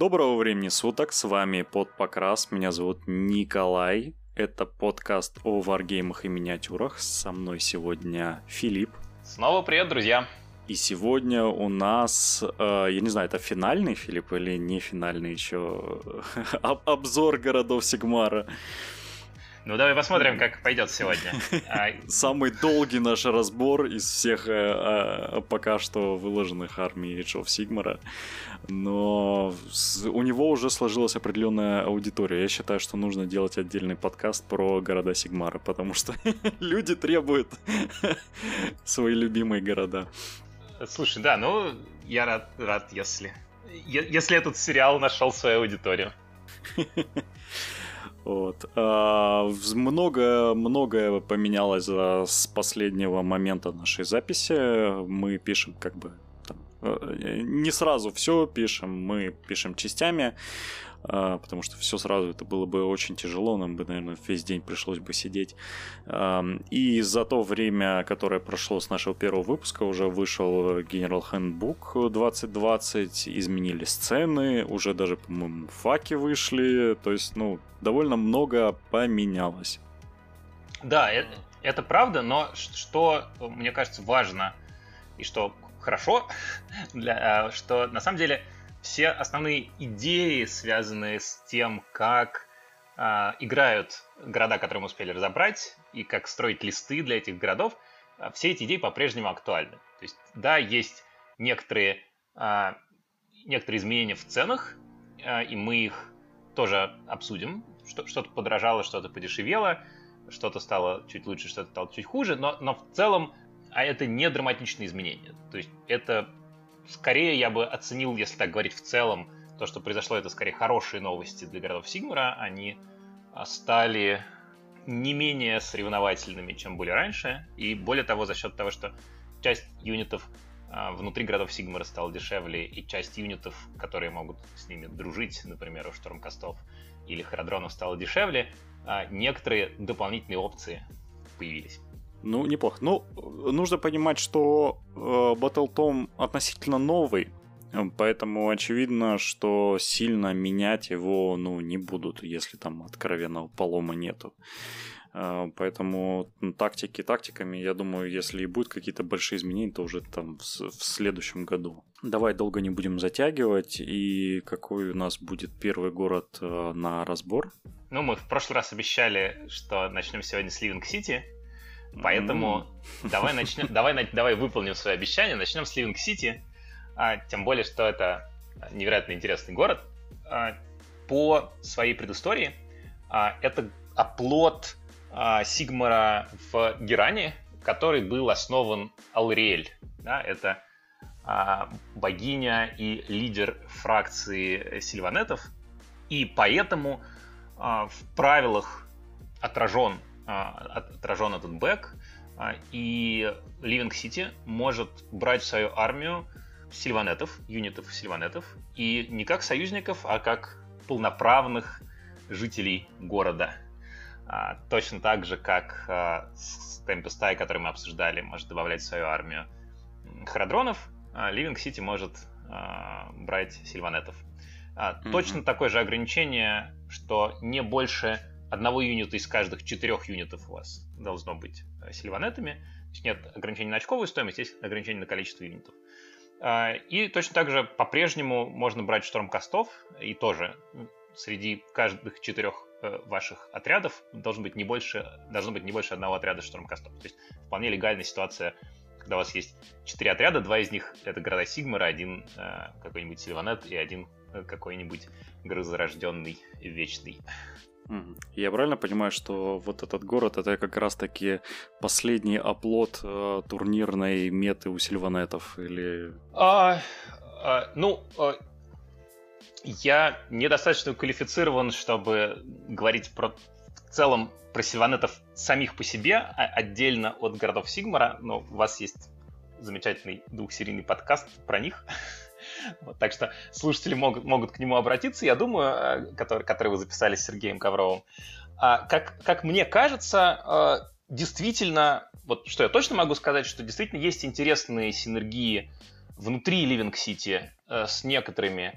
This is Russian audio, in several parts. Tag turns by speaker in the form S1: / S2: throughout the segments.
S1: Доброго времени суток, с вами Подпокрас, меня зовут Николай. Это подкаст о варгеймах и миниатюрах. Со мной сегодня Филипп.
S2: Снова привет, друзья.
S1: И сегодня у нас, я не знаю, это финальный, Филипп, или не финальный еще обзор городов Сигмара.
S2: Ну, давай посмотрим, как пойдет сегодня.
S1: Самый долгий наш разбор из всех пока что выложенных армий Age of Sigmar. Но у него уже сложилась определенная аудитория. Я считаю, что нужно делать отдельный подкаст про города Сигмара, потому что люди требуют свои любимые города.
S2: Слушай, да, ну, я рад, если этот сериал нашел свою аудиторию.
S1: Вот. Многое поменялось с последнего момента нашей записи. Мы пишем как бы не сразу все пишем, мы пишем частями, потому что все сразу это было бы очень тяжело, нам бы, наверное, весь день пришлось бы сидеть. И за то время, которое прошло с нашего первого выпуска, уже вышел General Handbook 2020, изменили сцены, уже даже, по-моему, факи вышли, то есть, довольно много поменялось.
S2: Да, это правда, но что, мне кажется, важно и что хорошо, что на самом деле все основные идеи, связанные с тем, как играют города, которые мы успели разобрать, и как строить листы для этих городов, все эти идеи по-прежнему актуальны. То есть, да, есть некоторые изменения в ценах, и мы их тоже обсудим. Что-то подорожало, что-то подешевело, что-то стало чуть лучше, что-то стало чуть хуже, но в целом это не драматичные изменения. То есть это скорее я бы оценил, если так говорить в целом, то, что произошло, это скорее хорошие новости для городов Сигмара. Они стали не менее соревновательными, чем были раньше. И более того, за счет того, что часть юнитов внутри городов Сигмара стала дешевле, и часть юнитов, которые могут с ними дружить, например, у Штормкастов или Харадронов, стала дешевле, некоторые дополнительные опции появились.
S1: Неплохо. Нужно понимать, что Battletome относительно новый, поэтому очевидно, что сильно менять его, не будут, если там откровенного полома нету. Поэтому тактиками, я думаю, если и будут какие-то большие изменения, то уже там в следующем году. Давай долго не будем затягивать. И какой у нас будет первый город на разбор?
S2: Мы в прошлый раз обещали, что начнем сегодня с Ливинг-Сити. Поэтому давай выполним свое обещание, начнем с Ливинг-Сити, тем более, что это невероятно интересный город. По своей предыстории, это оплот Сигмара в Геране, который был основан Алриэль. Да, это богиня и лидер фракции сильванетов, и поэтому в правилах отражен этот бэк, и Ливинг-Сити может брать в свою армию юнитов сильванетов, и не как союзников, а как полноправных жителей города. Точно так же, как Темпестай, который мы обсуждали, может добавлять в свою армию Харадронов, Ливинг-Сити может брать сильванетов. Точно такое же ограничение, что не больше одного юнита из каждых 4 юнитов у вас должно быть сильванетами. То есть нет ограничений на очковую стоимость, есть ограничение на количество юнитов. И точно так же по-прежнему можно брать Штормкастов, и тоже среди каждых 4 ваших отрядов должно быть не больше одного отряда Штормкастов. То есть вполне легальная ситуация, когда у вас есть 4 отряда, 2 из них это города Сигмара, один какой-нибудь сильванет и один какой-нибудь грозорожденный вечный.
S1: Я правильно понимаю, что вот этот город это как раз-таки последний оплот турнирной меты у сильванетов? Или...
S2: Я недостаточно квалифицирован, чтобы говорить в целом про сильванетов самих по себе, отдельно от городов Сигмара, но у вас есть замечательный двухсерийный подкаст про них. Так что слушатели могут к нему обратиться, я думаю, который вы записали с Сергеем Ковровым. Как мне кажется, действительно, вот что я точно могу сказать, что действительно есть интересные синергии внутри Ливинг-Сити с некоторыми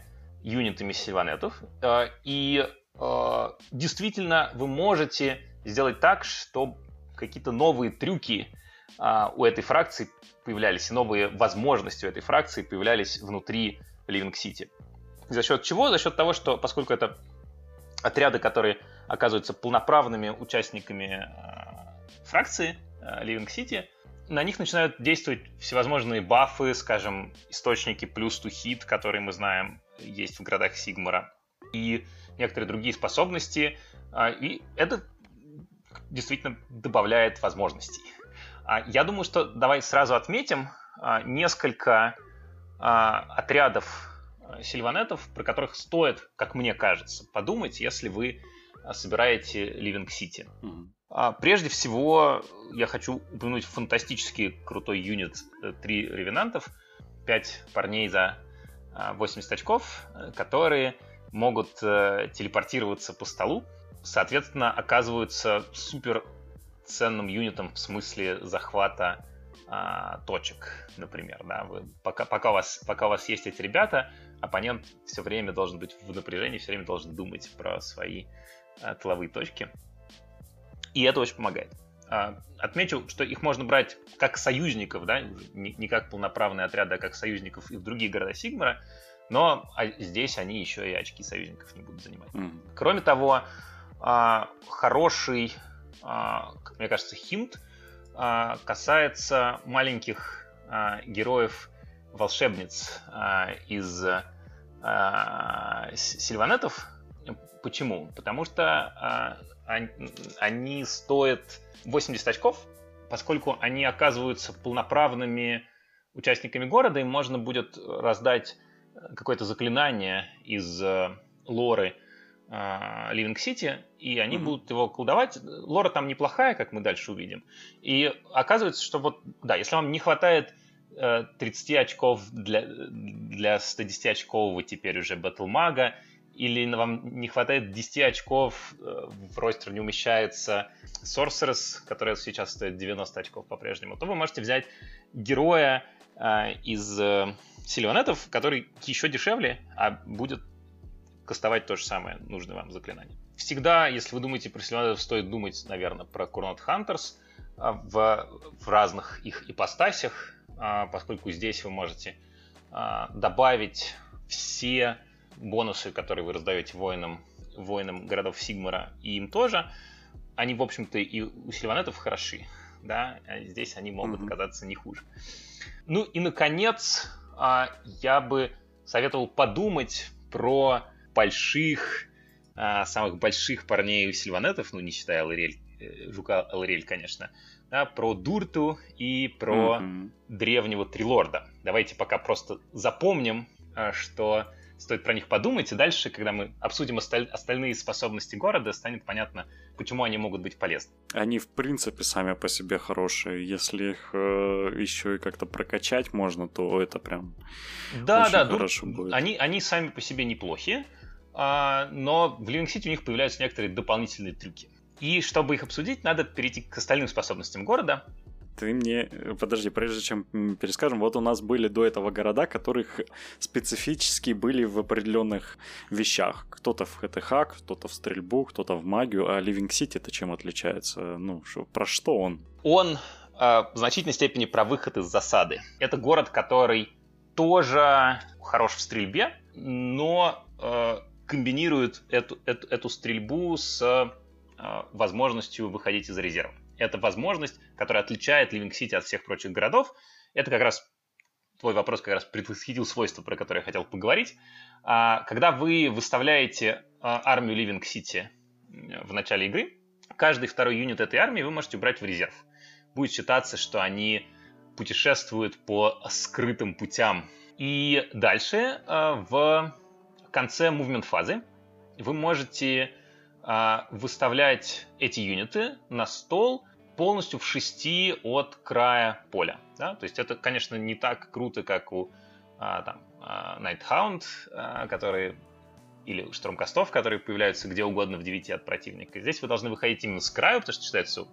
S2: юнитами сильванетов. И действительно вы можете сделать так, чтобы какие-то новые трюки у этой фракции появлялись, и новые возможности у этой фракции появлялись внутри Living City. За счет чего? За счет того, что поскольку это отряды, которые оказываются полноправными участниками фракции Living City, на них начинают действовать всевозможные бафы, скажем, источники плюс to hit, которые мы знаем есть в городах Сигмара, и некоторые другие способности, и это действительно добавляет возможностей. Я думаю, что давай сразу отметим несколько отрядов сильванетов, про которых стоит, как мне кажется, подумать, если вы собираете Living City. Прежде всего, я хочу упомянуть фантастически крутой юнит 3 ревенантов, 5 парней за 80 очков, которые могут телепортироваться по столу, соответственно, оказываются супер ценным юнитом в смысле захвата точек, например. Да? Пока у вас есть эти ребята, оппонент все время должен быть в напряжении, все время должен думать про свои тыловые точки. И это очень помогает. Отмечу, что их можно брать как союзников, да? Не как полноправные отряды, а как союзников и в другие города Сигмара, но здесь они еще и очки союзников не будут занимать. Кроме того, хороший, как мне кажется, хинт касается маленьких героев-волшебниц из сильванетов. Почему? Потому что они стоят 80 очков, поскольку они оказываются полноправными участниками города, им можно будет раздать какое-то заклинание из лоры Living City, и они будут его колдовать. Лора там неплохая, как мы дальше увидим. И оказывается, что вот, да, если вам не хватает 30 очков для 110-очкового теперь уже Батлмага, или вам не хватает 10 очков, в ростер не умещается Sorceress, которая сейчас стоит 90 очков по-прежнему, то вы можете взять героя из сильванетов, который еще дешевле, а будет кастовать то же самое нужное вам заклинание. Всегда, если вы думаете про сильванетов, стоит думать, наверное, про Coronat Hunters в разных их ипостасях, поскольку здесь вы можете добавить все бонусы, которые вы раздаете воинам городов Сигмара, и им тоже. Они, в общем-то, и у сильванетов хороши, да, а здесь они могут оказаться не хуже. Ну и, наконец, я бы советовал подумать про самых больших парней у сильванетов, ну, не считая жука Элрель, конечно, да, про Дурту и про древнего Трилорда. Давайте пока просто запомним, что стоит про них подумать, и дальше, когда мы обсудим остальные способности города, станет понятно, почему они могут быть полезны.
S1: Они, в принципе, сами по себе хорошие. Если их еще и как-то прокачать можно, то это прям очень хорошо будет.
S2: Они сами по себе неплохие, но в Living City у них появляются некоторые дополнительные трюки. И чтобы их обсудить, надо перейти к остальным способностям города.
S1: Ты мне... Подожди, прежде чем перескажем, вот у нас были до этого города, которых специфически были в определенных вещах. Кто-то в ХТХ, кто-то в стрельбу, кто-то в магию, а Living City-то чем отличается? Ну, про что он?
S2: Он в значительной степени про выход из засады. Это город, который тоже хорош в стрельбе, но комбинирует эту стрельбу с возможностью выходить из резерва. Это возможность, которая отличает Living City от всех прочих городов. Это как раз твой вопрос как раз предвосхитил свойства, про которые я хотел поговорить. Когда вы выставляете армию Living City в начале игры, каждый второй юнит этой армии вы можете убрать в резерв. Будет считаться, что они путешествуют по скрытым путям. И дальше, в конце мувмент-фазы, вы можете выставлять эти юниты на стол полностью в 6 от края поля. Да? То есть это, конечно, не так круто, как у Nighthound, или Штурмкастов, которые появляются где угодно в 9 от противника. Здесь вы должны выходить именно с краю, потому что считается,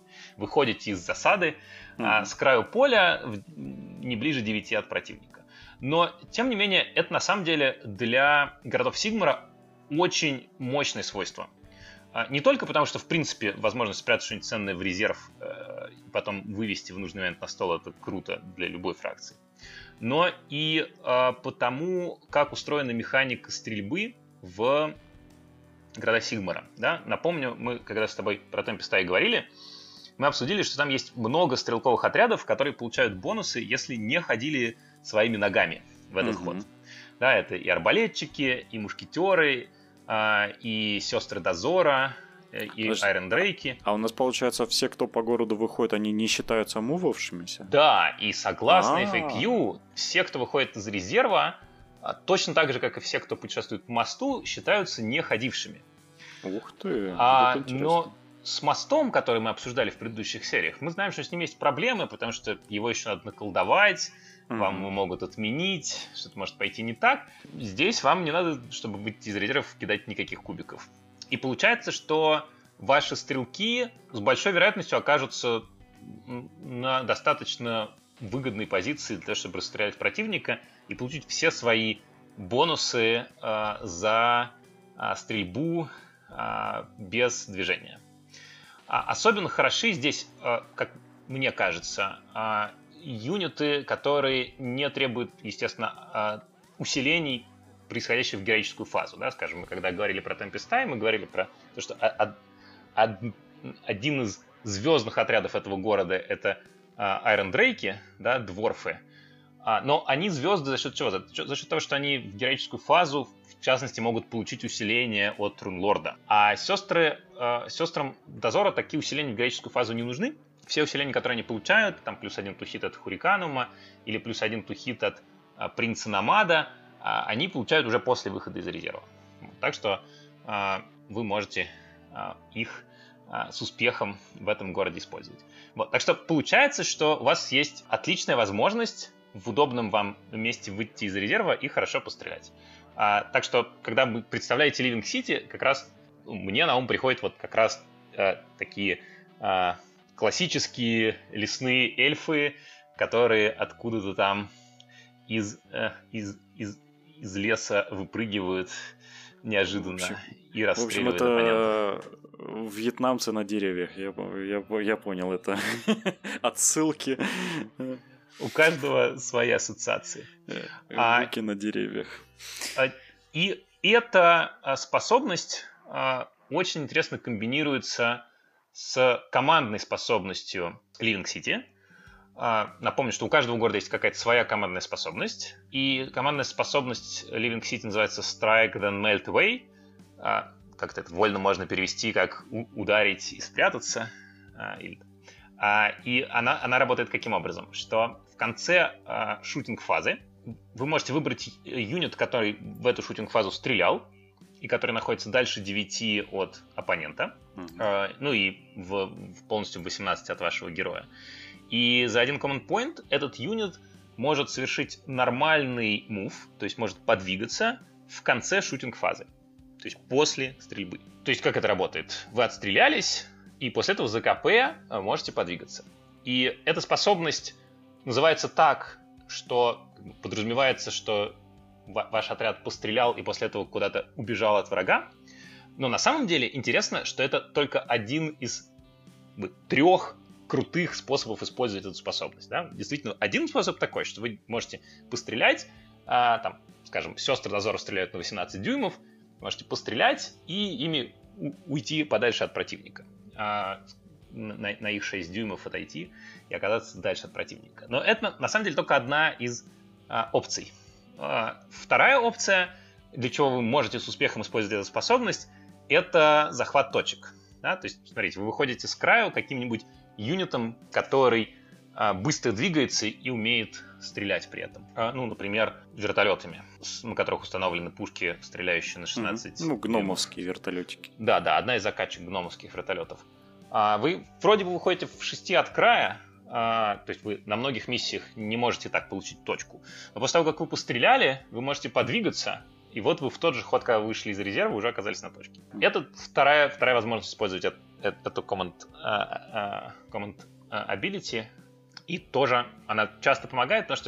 S2: выходите из засады с краю поля не ближе 9 от противника. Но, тем не менее, это на самом деле для городов Сигмара очень мощное свойство. Не только потому, что, в принципе, возможность спрятать что-нибудь ценное в резерв и потом вывести в нужный момент на стол — это круто для любой фракции, но и потому, как устроена механика стрельбы в городах Сигмара. Да? Напомню, мы когда с тобой про Tempest говорили, мы обсудили, что там есть много стрелковых отрядов, которые получают бонусы, если не ходили своими ногами в этот ход. Да, это и арбалетчики, и мушкетеры, и сестры дозора, и Айрон Дрейки.
S1: А у нас, получается, все, кто по городу выходит, они не считаются мувавшимися?
S2: Да, и согласно FAQ, все, кто выходит из резерва, точно так же, как и все, кто путешествует по мосту, считаются не ходившими.
S1: Ух ты,
S2: но с мостом, который мы обсуждали в предыдущих сериях, мы знаем, что с ним есть проблемы, потому что его еще надо наколдовать, вам его могут отменить, что-то может пойти не так. Здесь вам не надо, чтобы быть из резервов, кидать никаких кубиков. И получается, что ваши стрелки с большой вероятностью окажутся на достаточно выгодной позиции для того, чтобы расстрелять противника и получить все свои бонусы за стрельбу без движения. Особенно хороши здесь, как мне кажется, юниты, которые не требуют, естественно, усилений, происходящих в героическую фазу. Да? Скажем, мы когда говорили про Tempest, мы говорили про то, что один из звездных отрядов этого города — это Айрон Дрейки, да, дворфы. Но они звезды за счет чего? За счет того, что они в героическую фазу, в частности, могут получить усиление от Рунлорда. А сестрам Дозора такие усиления в героическую фазу не нужны. Все усиления, которые они получают, там +1 тухит от Хуриканума или +1 тухит от Принца Намада, они получают уже после выхода из резерва. Так что вы можете их с успехом в этом городе использовать. Вот. Так что получается, что у вас есть отличная возможность в удобном вам месте выйти из резерва и хорошо пострелять. Так что, когда вы представляете Living City, как раз мне на ум приходят вот как раз такие классические лесные эльфы, которые откуда-то там из леса выпрыгивают неожиданно и расстреливают оппонентов.
S1: Вьетнамцы на деревьях, я понял это. Отсылки.
S2: У каждого свои ассоциации.
S1: Вики на деревьях.
S2: И эта способность очень интересно комбинируется с командной способностью Living City. Напомню, что у каждого города есть какая-то своя командная способность. И командная способность Living City называется Strike Then Melt Away. Как-то это вольно можно перевести как ударить и спрятаться. И она работает каким образом? Что в конце шутинг-фазы вы можете выбрать юнит, который в эту шутинг-фазу стрелял, и который находится дальше 9 от оппонента, ну и полностью в 18 от вашего героя. И за один command point этот юнит может совершить нормальный мув, то есть может подвигаться в конце шутинг-фазы, то есть после стрельбы. То есть как это работает? Вы отстрелялись, и после этого за КП можете подвигаться. И эта способность называется так, что подразумевается, что ваш отряд пострелял и после этого куда-то убежал от врага. Но на самом деле интересно, что это только один из 3 крутых способов использовать эту способность. Да? Действительно, один способ такой, что вы можете пострелять, там, скажем, сестры Дозора стреляют на 18 дюймов, можете пострелять и ими уйти подальше от противника. На их 6 дюймов отойти и оказаться дальше от противника. Но это на самом деле только одна из опций. Вторая опция, для чего вы можете с успехом использовать эту способность, это захват точек. Да? То есть, смотрите, вы выходите с краю каким-нибудь юнитом, который быстро двигается и умеет стрелять при этом. Ну, например, вертолетами, на которых установлены пушки, стреляющие на 16.
S1: Ну, гномовские вертолетики.
S2: Да, одна из закачек гномовских вертолетов. Вы вроде бы выходите в 6 от края, то есть вы на многих миссиях не можете так получить точку. Но после того, как вы постреляли, вы можете подвигаться, и вот вы в тот же ход, когда вы вышли из резерва, уже оказались на точке. Это вторая возможность использовать эту command ability. И тоже она часто помогает, потому что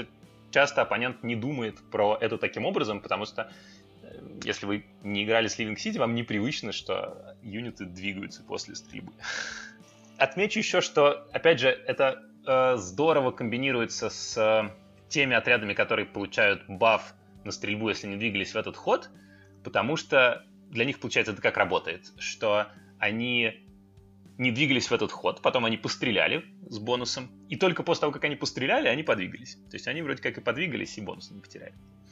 S2: часто оппонент не думает про это таким образом, потому что если вы не играли с Living City, вам непривычно, что юниты двигаются после стрельбы. Отмечу еще, что, опять же, это здорово комбинируется с теми отрядами, которые получают баф на стрельбу, если не двигались в этот ход, потому что для них, получается, это как работает, что они не двигались в этот ход, потом они постреляли с бонусом, и только после того, как они постреляли, они подвигались. То есть они вроде как и подвигались, и бонус не потеряли.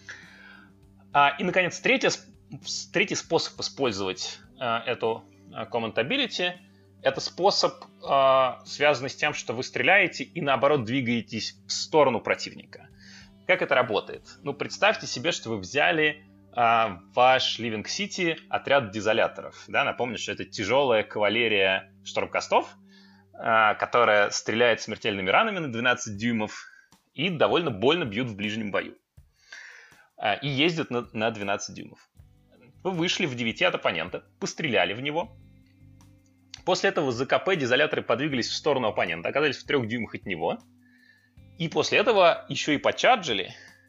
S2: И, наконец, третий способ использовать эту Command Ability — это способ, связанный с тем, что вы стреляете и, наоборот, двигаетесь в сторону противника. Как это работает? Ну, представьте себе, что вы взяли ваш Living City отряд дезоляторов. Да? Напомню, что это тяжелая кавалерия штормкастов, которая стреляет смертельными ранами на 12 дюймов и довольно больно бьют в ближнем бою. И ездят на 12 дюймов. Вы вышли в 9 от оппонента, постреляли в него. После этого за КП дезоляторы подвигались в сторону оппонента, оказались в 3 дюймах от него. И после этого еще и почарджили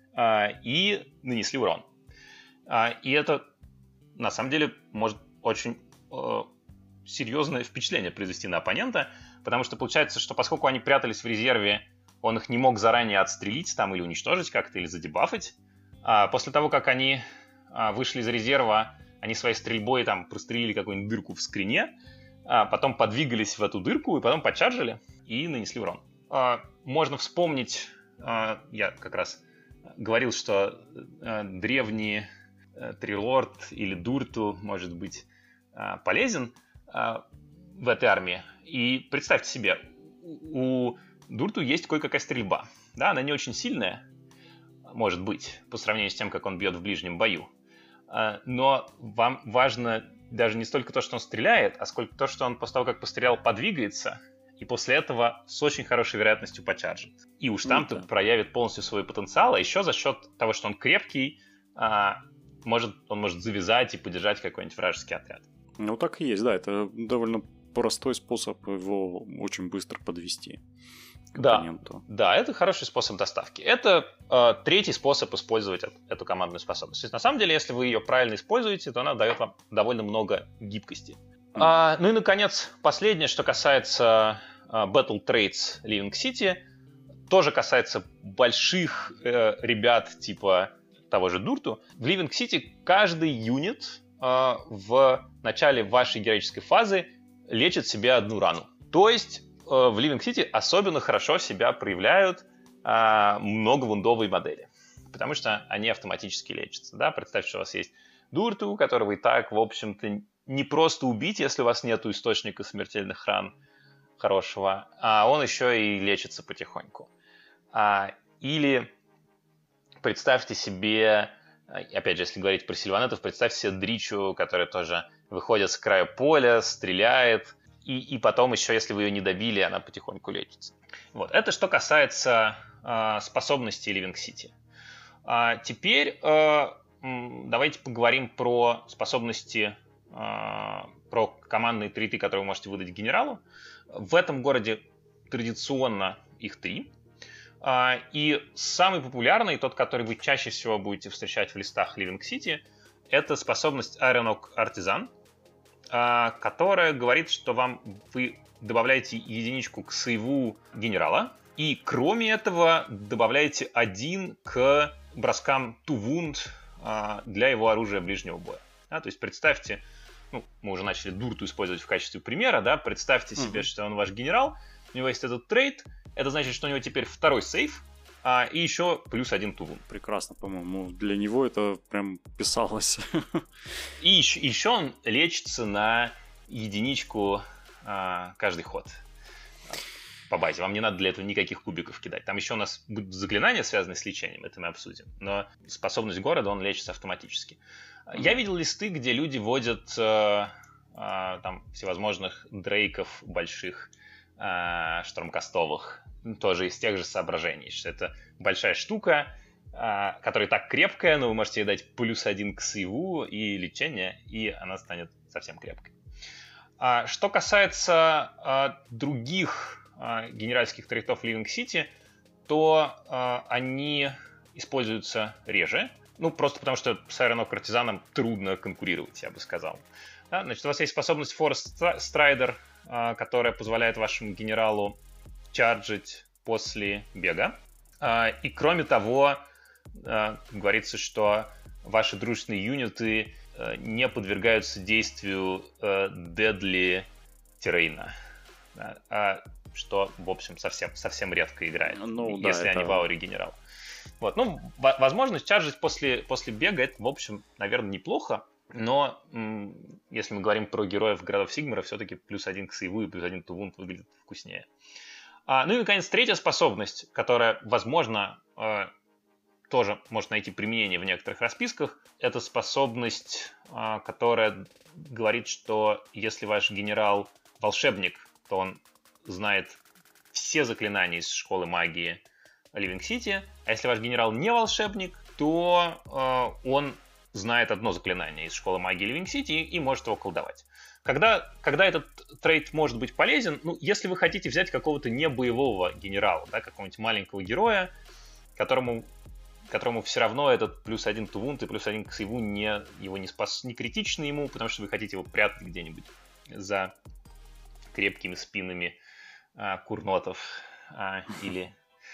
S2: и нанесли урон. И это, на самом деле, может очень серьезное впечатление произвести на оппонента, потому что получается, что поскольку они прятались в резерве, он их не мог заранее отстрелить там или уничтожить как-то, или задебафать. После того, как они вышли из резерва, они своей стрельбой там прострелили какую-нибудь дырку в скрине, потом подвигались в эту дырку и потом почаржили и нанесли урон. Можно вспомнить, я как раз говорил, что древний Трилорд или Дурту может быть полезен в этой армии. И представьте себе, у Дурту есть кое-какая стрельба. Да, она не очень сильная, может быть, по сравнению с тем, как он бьет в ближнем бою. Но вам важно даже не столько то, что он стреляет, а сколько то, что он после того, как пострелял, подвигается, и после этого с очень хорошей вероятностью почаржит. И уж там-то проявит полностью свой потенциал, а еще за счет того, что он крепкий, он может завязать и поддержать какой-нибудь вражеский отряд.
S1: Ну, так и есть, да. Это довольно простой способ его очень быстро подвести к оппоненту.
S2: Да, это хороший способ доставки. Это третий способ использовать эту командную способность. То есть, на самом деле, если вы ее правильно используете, то она дает вам довольно много гибкости. Ну и, наконец, последнее, что касается Battle Trades Living City, тоже касается больших ребят типа того же Дурту. В Living City каждый юнит в начале вашей героической фазы лечит себе одну рану. То есть в Living City особенно хорошо себя проявляют многовундовые модели, потому что они автоматически лечатся. Да? Представьте, что у вас есть Дурту, которого и так, в общем-то, не просто убить, если у вас нет источника смертельных ран хорошего, а он еще и лечится потихоньку. Или представьте себе, опять же, если говорить про сильванетов, представьте себе Дричу, которая тоже выходит с края поля, стреляет, и потом еще, если вы ее не добили, она потихоньку лечится. Вот. Это что касается способностей Living City. Теперь давайте поговорим про способности, про командные триты, которые вы можете выдать генералу. В этом городе традиционно их 3. И самый популярный, тот, который вы чаще всего будете встречать в листах Living City, это способность Iron Oak Artisan, которая говорит, что вы добавляете единичку к сейву генерала, и кроме этого добавляете 1 к броскам To Wound для его оружия ближнего боя. То есть представьте, мы уже начали Дурту использовать в качестве примера, да, представьте себе, что он ваш генерал, у него есть этот трейд, это значит, что у него теперь 2-й сейв, и еще плюс 1 To Wound.
S1: Прекрасно, по-моему, для него это прям писалось.
S2: И еще он лечится на единичку каждый ход по базе. Вам не надо для этого никаких кубиков кидать. Там еще у нас будут заклинания, связанные с лечением, это мы обсудим. Но способность города, он лечится автоматически. Я видел листы, где люди вводят там всевозможных дрейков больших, штормкастовых, тоже из тех же соображений, что это большая штука, которая так крепкая, но вы можете ей дать плюс 1 к сейву и лечение, и она станет совсем крепкой. Что касается других генеральских трейтов Living City, то они используется реже. Ну, просто потому что с Iron Oak Courtesan трудно конкурировать, я бы сказал. Да, значит, у вас есть способность Forest Strider, которая позволяет вашему генералу чарджить после бега. И кроме того, говорится, что ваши дружественные юниты не подвергаются действию Deadly террейна. Что, в общем, совсем редко играет, если они в ауре генерал. Вот. Ну, возможность чаржить после бега, это, в общем, наверное, неплохо, но если мы говорим про героев городов Сигмара, все-таки +1 к сейву и +1 to wound выглядит вкуснее. Ну и, наконец, третья способность, которая, возможно, тоже может найти применение в некоторых расписках, это способность, которая говорит, что если ваш генерал волшебник, то он знает все заклинания из школы магии Living City, а если ваш генерал не волшебник, то он знает одно заклинание из школы магии Living City и может его колдовать. Когда этот трейд может быть полезен, ну, если вы хотите взять какого-то небоевого генерала, да, какого-нибудь маленького героя, которому все равно этот +1 to wound и +1 к сейву не критичны ему, потому что вы хотите его прятать где-нибудь за крепкими спинами курнотов или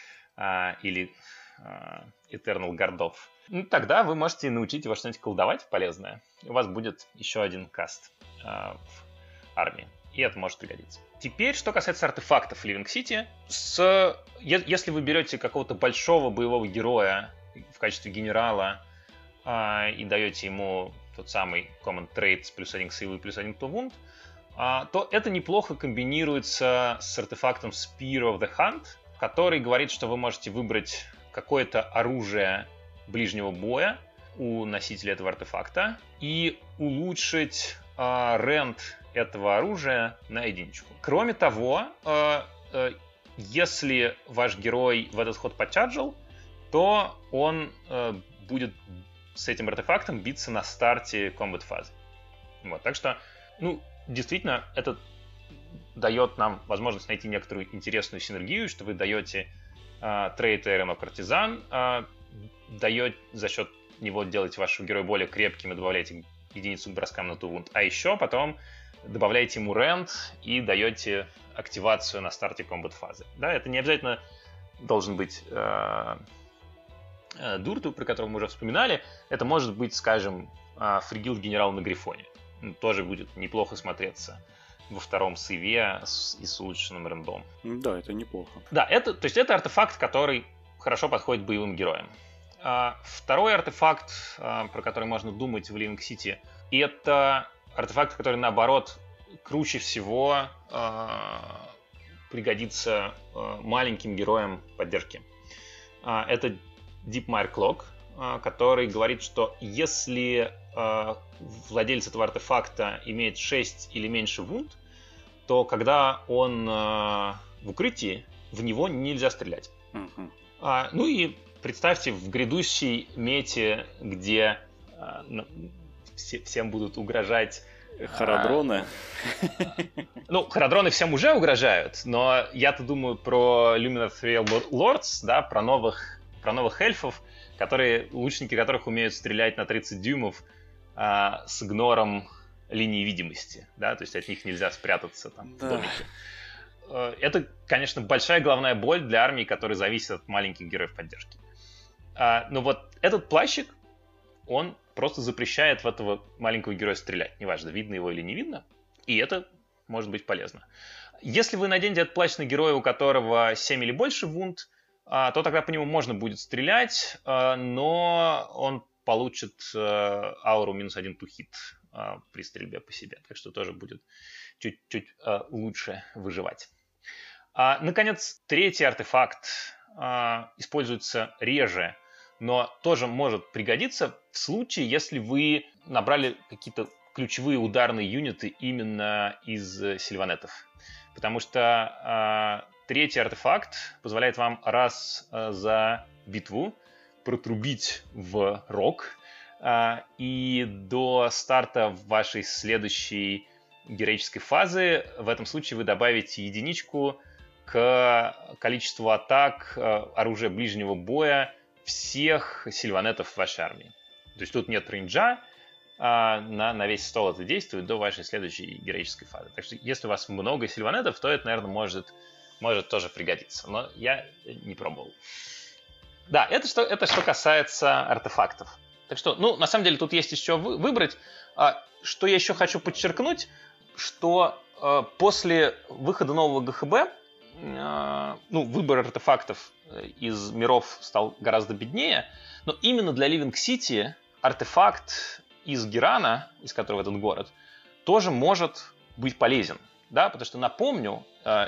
S2: Eternal Гардов. Ну, тогда вы можете научить его что-нибудь колдовать полезное. И у вас будет еще один каст в армии. И это может пригодиться. Теперь, что касается артефактов Living City. Если вы берете какого-то большого боевого героя в качестве генерала и даете ему тот самый Common Trait с +1 к сейву и +1 to wound, то это неплохо комбинируется с артефактом Spear of the Hunt, который говорит, что вы можете выбрать какое-то оружие ближнего боя у носителя этого артефакта и улучшить рент этого оружия на единичку. Кроме того, если ваш герой в этот ход почарджил, то он будет с этим артефактом биться на старте комбат-фазы. Вот, так что, действительно, это дает нам возможность найти некоторую интересную синергию, что вы даете трейд Iron Oak Courtesan, даете за счет него делать вашего героя более крепким и добавляете единицу к броскам на to wound, а еще потом добавляете ему рент и даете активацию на старте комбат-фазы. Да, это не обязательно должен быть Дурту, про которого мы уже вспоминали. Это может быть, скажем, фригилд-генерал на Грифоне. Тоже будет неплохо смотреться во втором сейве и с улучшенным рендом.
S1: Да, это неплохо.
S2: Да, то есть это артефакт, который хорошо подходит боевым героям. Второй артефакт, про который можно думать в Living City, это артефакт, который, наоборот, круче всего пригодится маленьким героям поддержки. Это Deepmire Cloak, который говорит, что если владелец этого артефакта имеет 6 или меньше вунд, то когда он в укрытии, в него нельзя стрелять. Ну и представьте, в грядущей мете, где всем будут угрожать
S1: Харадроны.
S2: Харадроны всем уже угрожают, но я-то думаю про Lumineth Real Lords, да, про новых эльфов, лучники которых умеют стрелять на 30 дюймов с игнором линии видимости, да, то есть от них нельзя спрятаться там в домике. Это, конечно, большая головная боль для армии, которая зависит от маленьких героев поддержки. Но вот этот плащик, он просто запрещает в этого маленького героя стрелять. Неважно, видно его или не видно. И это может быть полезно. Если вы наденете этот плащ на героя, у которого 7 или больше вунд, то тогда по нему можно будет стрелять, но он получит ауру -1 to hit при стрельбе по себе. Так что тоже будет чуть-чуть лучше выживать. Наконец, третий артефакт используется реже, но тоже может пригодиться в случае, если вы набрали какие-то ключевые ударные юниты именно из сильванетов. Потому что третий артефакт позволяет вам раз за битву протрубить в рог, и до старта вашей следующей героической фазы в этом случае вы добавите единичку к количеству атак оружия ближнего боя всех сильванетов в вашей армии. То есть тут нет рейнджа, на весь стол это действует до вашей следующей героической фазы. Так что если у вас много сильванетов, то это, наверное, может тоже пригодиться. Но я не пробовал. Да, это что касается артефактов. Так что, на самом деле, тут есть еще выбрать. Что я еще хочу подчеркнуть, что после выхода нового ГХБ выбор артефактов из миров стал гораздо беднее, но именно для Living City артефакт из Герана, из которого этот город, тоже может быть полезен. Да? Потому что напомню,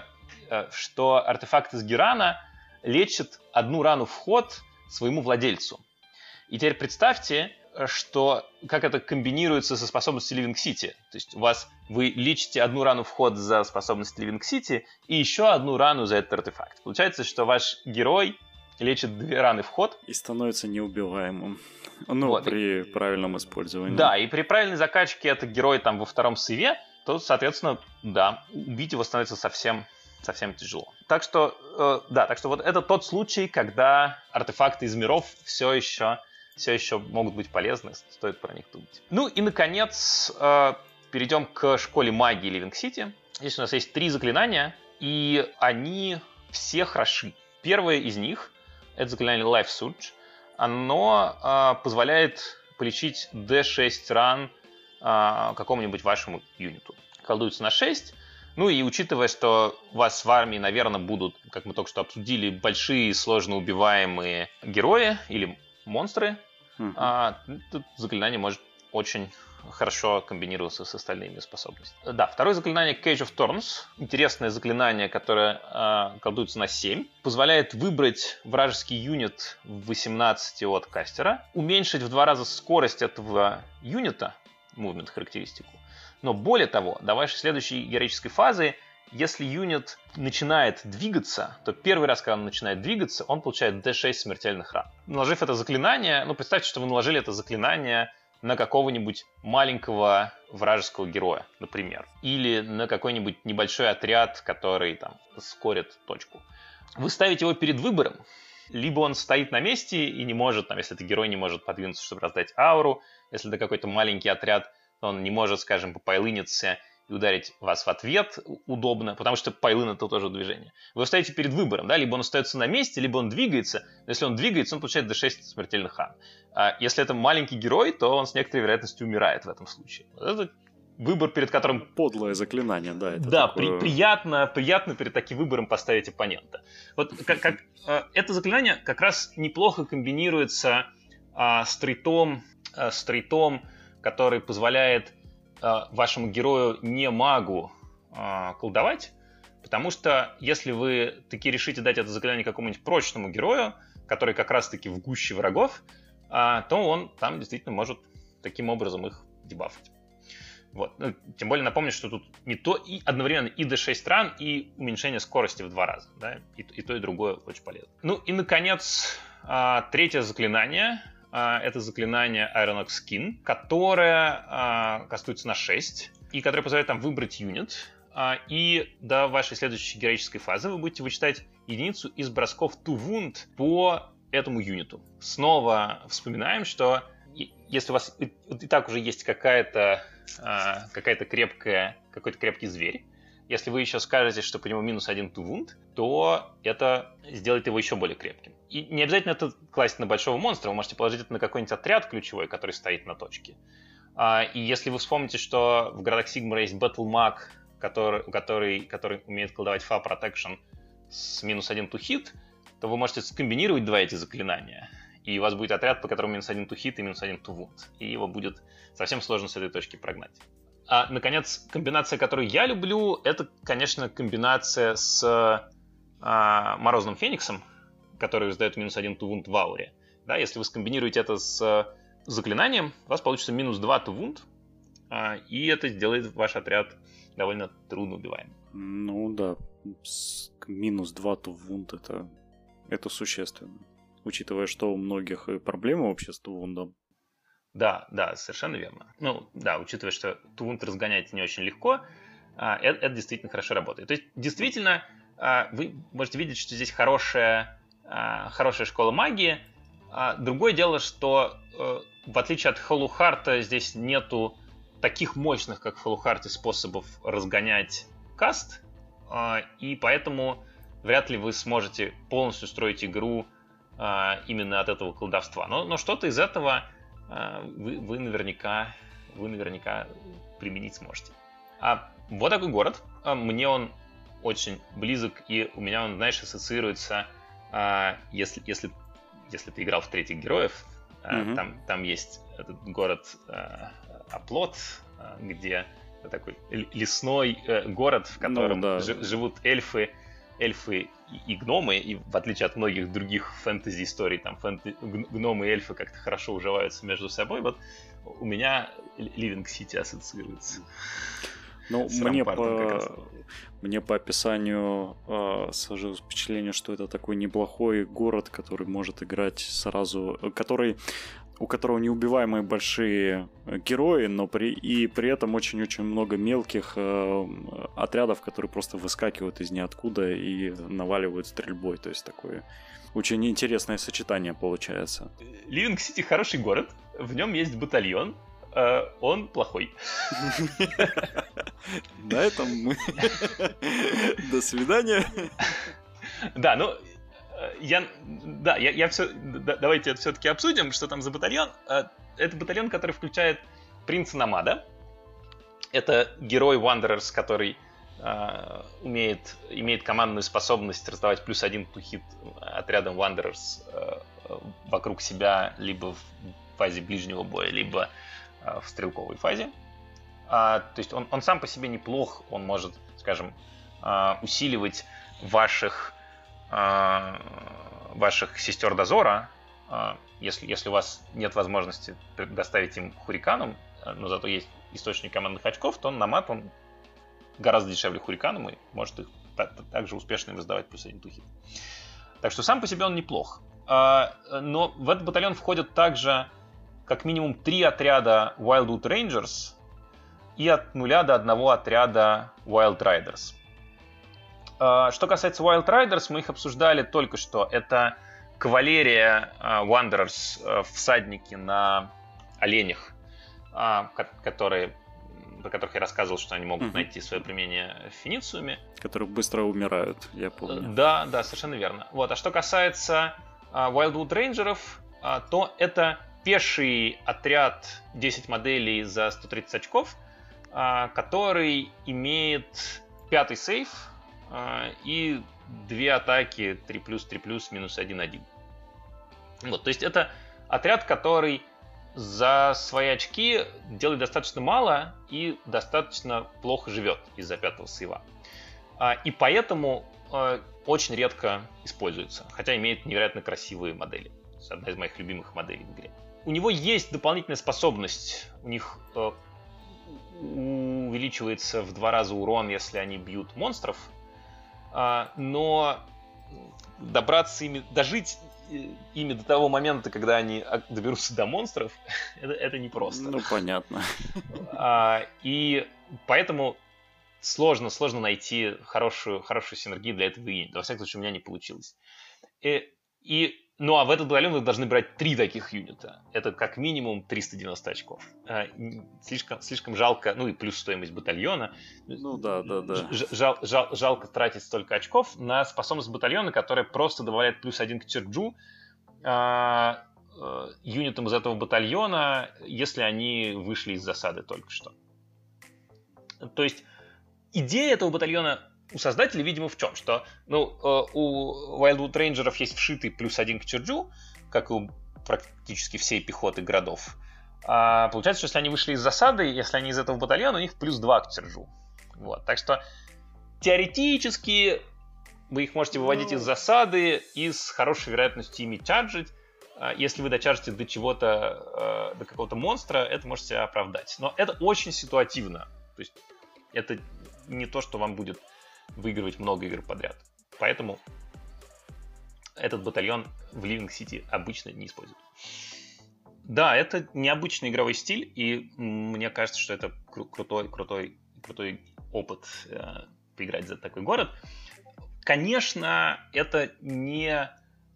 S2: что артефакт из Герана лечит одну рану в ход своему владельцу. И теперь представьте, как это комбинируется со способностью Living City. То есть вы лечите одну рану в ход за способность Living City и еще одну рану за этот артефакт. Получается, что ваш герой лечит 2 раны в ход.
S1: И становится неубиваемым. При правильном использовании.
S2: Да, и при правильной закачке это герой там во 2-м сейве, то, соответственно, да, убить его становится совсем тяжело. Так что вот это тот случай, когда артефакты из миров все еще могут быть полезны, стоит про них думать. И, наконец, перейдем к школе магии Living City. Здесь у нас есть 3 заклинания, и они все хороши. Первое из них — это заклинание Life Surge. Оно позволяет полечить D6 ран какому-нибудь вашему юниту. Колдуется на 6. И учитывая, что у вас в армии, наверное, будут, как мы только что обсудили, большие, сложно убиваемые герои или монстры, тут заклинание может очень хорошо комбинироваться с остальными способностями. Да, второе заклинание Cage of Thorns. Интересное заклинание, которое колдуется на 7. Позволяет выбрать вражеский юнит в 18 от кастера, уменьшить в 2 раза скорость этого юнита, movement характеристику. Но более того, до вашей следующей героической фазы, если юнит начинает двигаться, то первый раз, когда он начинает двигаться, он получает D6 смертельных ран. Наложив это заклинание, представьте, что вы наложили это заклинание на какого-нибудь маленького вражеского героя, например. Или на какой-нибудь небольшой отряд, который там скорит точку. Вы ставите его перед выбором. Либо он стоит на месте и не может, если этот герой не может подвинуться, чтобы раздать ауру. Если это какой-то маленький отряд, то он не может, скажем, попайлыниться и ударить вас в ответ удобно, потому что пайлын — это тоже движение. Вы его ставите перед выбором, да, либо он остается на месте, либо он двигается. Но если он двигается, он получает D6 смертельных ран. А если это маленький герой, то он с некоторой вероятностью умирает в этом случае. Вот это выбор, перед которым...
S1: Подлое заклинание, да.
S2: Это такое... приятно перед таким выбором поставить оппонента. Вот это заклинание как раз неплохо комбинируется с трейтом, который позволяет вашему герою не магу колдовать, потому что если вы таки решите дать это заклинание какому-нибудь прочному герою, который как раз-таки в гуще врагов, то он там действительно может таким образом их дебафать. Вот. Тем более напомню, что тут и одновременно и D6 ран, и уменьшение скорости в 2 раза. Да? И то, и другое очень полезно. И, наконец, третье заклинание. Это заклинание Iron Ox Skin, которое кастуется на 6, и которое позволяет выбрать юнит. И до вашей следующей героической фазы вы будете вычитать единицу из бросков To Wound по этому юниту. Снова вспоминаем, что если у вас и так уже есть какой-то крепкий зверь, если вы еще скажете, что по нему -1 to wound, то это сделает его еще более крепким. И не обязательно это класть на большого монстра, вы можете положить это на какой-нибудь отряд ключевой, который стоит на точке. И если вы вспомните, что в городах Сигмара есть Battle Mag, который умеет колдовать Fa Protection с -1 to hit, то вы можете скомбинировать 2 эти заклинания. И у вас будет отряд, по которому -1 to hit и -1 to wound. И его будет совсем сложно с этой точки прогнать. А, наконец, комбинация, которую я люблю, это, конечно, комбинация с Морозным Фениксом, который раздает -1 to wound в ауре. Да, если вы скомбинируете это с заклинанием, у вас получится -2 to wound, и это сделает ваш отряд довольно трудно убиваемым.
S1: Да, -2 to wound это существенно. Учитывая, что у многих и проблемы вообще с Тувундом.
S2: Да, совершенно верно. Учитывая, что Тувунд разгонять не очень легко, это действительно хорошо работает. То есть, действительно, вы можете видеть, что здесь хорошая школа магии. Другое дело, что в отличие от Hollow Heart здесь нету таких мощных, как в Hollow Heart, способов разгонять каст, и поэтому вряд ли вы сможете полностью строить игру именно от этого колдовства. Но что-то из этого вы наверняка применить сможете. Вот такой город. Мне он очень близок, и у меня он, знаешь, ассоциируется, если ты играл в «Третьих героев», там есть этот город Оплот, где такой лесной город, в котором живут эльфы и гномы, и в отличие от многих других фэнтези-историй, там гномы и эльфы как-то хорошо уживаются между собой. Вот у меня Ливинг Сити ассоциируется.
S1: Ну, мне по описанию сложилось впечатление, что это такой неплохой город, который может играть сразу, у которого неубиваемые большие герои, но при этом очень-очень много мелких отрядов, которые просто выскакивают из ниоткуда и наваливают стрельбой. То есть такое очень интересное сочетание получается.
S2: Ливинг Сити хороший город, в нем есть батальон, он плохой.
S1: На этом мы... До свидания.
S2: Да, ну... Давайте это все-таки обсудим, что там за батальон. Это батальон, который включает принца Намада. Это герой Wanderers, который имеет командную способность раздавать +1 to hit отрядом Wanderers вокруг себя либо в фазе ближнего боя, либо в стрелковой фазе. То есть он сам по себе неплох, он может, скажем, усиливать ваших сестер дозора, если у вас нет возможности предоставить им хуриканом, но зато есть источник командных очков, то Намад, он гораздо дешевле хуриканом и может их также успешно им раздавать +1 to hit. Так что сам по себе он неплох. Но в этот батальон входят также как минимум 3 отряда Wildwood Rangers и от 0 до 1 отряда Wild Riders. Что касается Wild Riders, мы их обсуждали только что. Это кавалерия Wanderers, всадники на оленях, про которых я рассказывал, что они могут найти свое применение в Финициуме.
S1: Которые быстро умирают, я помню.
S2: Да, совершенно верно. Вот. А что касается Wildwood Rangers, то это пеший отряд 10 моделей за 130 очков, который имеет 5-й сейф и 2 атаки 3+, минус 1/1. Вот, то есть это отряд, который за свои очки делает достаточно мало и достаточно плохо живет из-за 5-го сейва. И поэтому очень редко используется, хотя имеет невероятно красивые модели. Это одна из моих любимых моделей в игре. У него есть дополнительная способность. У них увеличивается в 2 раза урон, если они бьют монстров. Но дожить ими до того момента, когда они доберутся до монстров, это непросто.
S1: Ну, понятно.
S2: И поэтому сложно найти хорошую синергию для этого юнита. Во всяком случае, у меня не получилось. Ну, а в этот батальон вы должны брать 3 таких юнита. Это как минимум 390 очков. Слишком жалко, ну и плюс стоимость батальона.
S1: Ну да.
S2: Жалко тратить столько очков на способность батальона, которая просто добавляет +1 к черджу юнитам из этого батальона, если они вышли из засады только что. То есть идея этого батальона у создателей, видимо, в чем? Что у Wildwood Rangers есть вшитый +1 к черджу, как и у практически всей пехоты городов. Получается, что если они вышли из засады, если они из этого батальона, у них +2 к черджу. Вот. Так что теоретически вы их можете выводить из засады и с хорошей вероятностью ими чарджить. Если вы дочаржите до чего-то, до какого-то монстра, это можете себя оправдать. Но это очень ситуативно. То есть это не то, что вам будет выигрывать много игр подряд. Поэтому этот батальон в Ливинг Сити обычно не используют. Да, это необычный игровой стиль, и мне кажется, что это крутой опыт поиграть за такой город. Конечно, это не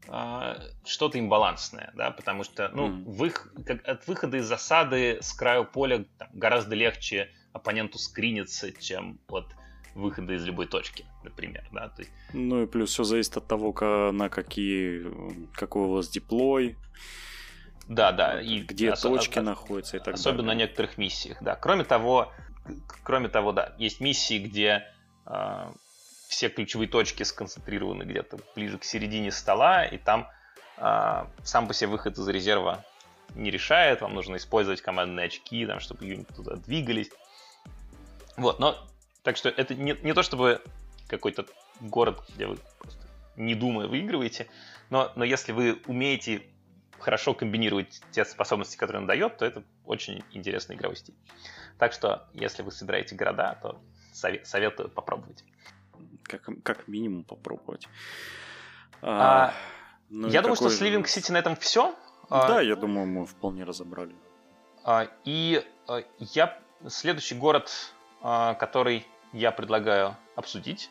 S2: что-то имбалансное, да, потому что от выхода из засады с краю поля там, гораздо легче оппоненту скриниться, чем от выхода из любой точки, например, да. То есть...
S1: Ну и плюс все зависит от того, какой у вас диплой.
S2: Да, и
S1: где точки находятся и так далее.
S2: Особенно на некоторых миссиях, да. Кроме того, да, есть миссии, где все ключевые точки сконцентрированы где-то ближе к середине стола, и там сам по себе выход из резерва не решает, вам нужно использовать командные очки, там, чтобы юниты туда двигались. Вот, но так что это не то чтобы какой-то город, где вы просто не думая выигрываете, но если вы умеете хорошо комбинировать те способности, которые он дает, то это очень интересный игровой стиль. Так что, если вы собираете города, то советую попробовать.
S1: Как минимум попробовать.
S2: Я думаю, что с Living City на этом все.
S1: Да, я думаю, мы вполне разобрали.
S2: И следующий город, который я предлагаю обсудить,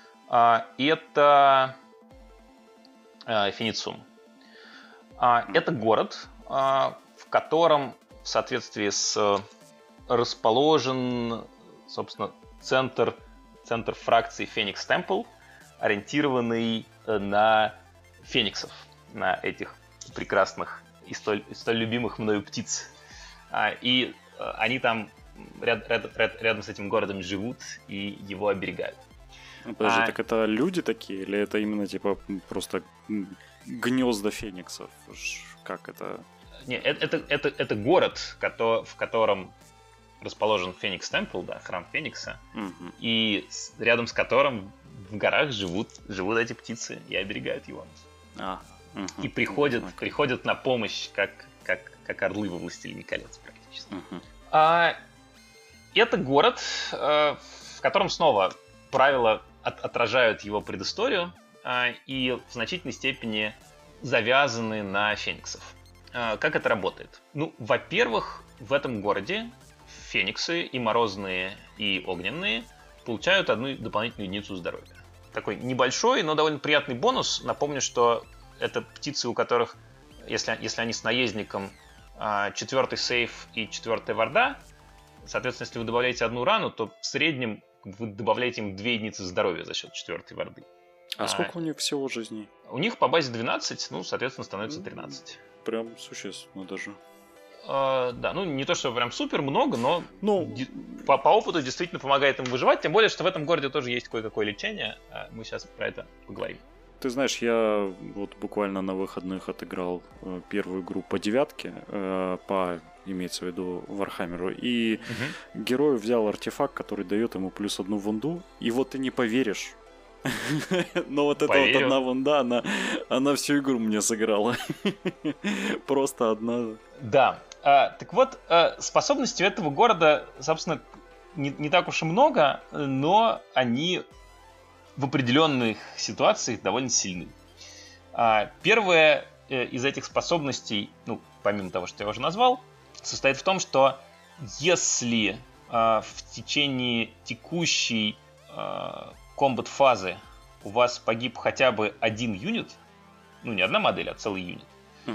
S2: это Финициум. Это город, в котором в соответствии с расположен, собственно, центр фракции Феникс Темпл, ориентированный на фениксов, на этих прекрасных и столь любимых мною птиц. И они там рядом с этим городом живут и его оберегают.
S1: Подожди, так это люди такие, или это именно типа просто гнезда фениксов? Как это?
S2: Не, это город, в котором расположен Феникс Темпл, да, храм Феникса, и рядом с которым в горах живут эти птицы и оберегают его. И приходят на помощь, как орлы во «Властелине колец» практически. Это город, в котором снова правила отражают его предысторию и в значительной степени завязаны на фениксов. Как это работает? Ну, во-первых, в этом городе фениксы, и морозные, и огненные, получают одну дополнительную единицу здоровья. Такой небольшой, но довольно приятный бонус. Напомню, что это птицы, у которых, если они с наездником, 4-й сейф и 4-я варда, соответственно, если вы добавляете одну рану, то в среднем вы добавляете им 2 единицы здоровья за счет 4-й варды.
S1: А сколько у них всего жизней?
S2: У них по базе 12, ну, соответственно, становится 13.
S1: Прям существенно даже.
S2: Да, ну не то, что прям супер много, но по опыту действительно помогает им выживать, тем более, что в этом городе тоже есть кое-какое лечение. Мы сейчас про это поговорим.
S1: Ты знаешь, я вот буквально на выходных отыграл первую игру по 9, имеется в виду Вархаммеру, и герой взял артефакт, который дает ему +1 вунду, и вот ты не поверишь, но вот эта вот одна вунда, она всю игру мне сыграла. Просто одна.
S2: Да. Так вот, способностей у этого города, собственно, не так уж и много, но они в определенных ситуациях довольно сильны. Первая из этих способностей, ну, помимо того, что я уже назвал, состоит в том, что если в течение текущей комбат-фазы у вас погиб хотя бы один юнит, ну, не одна модель, а целый юнит,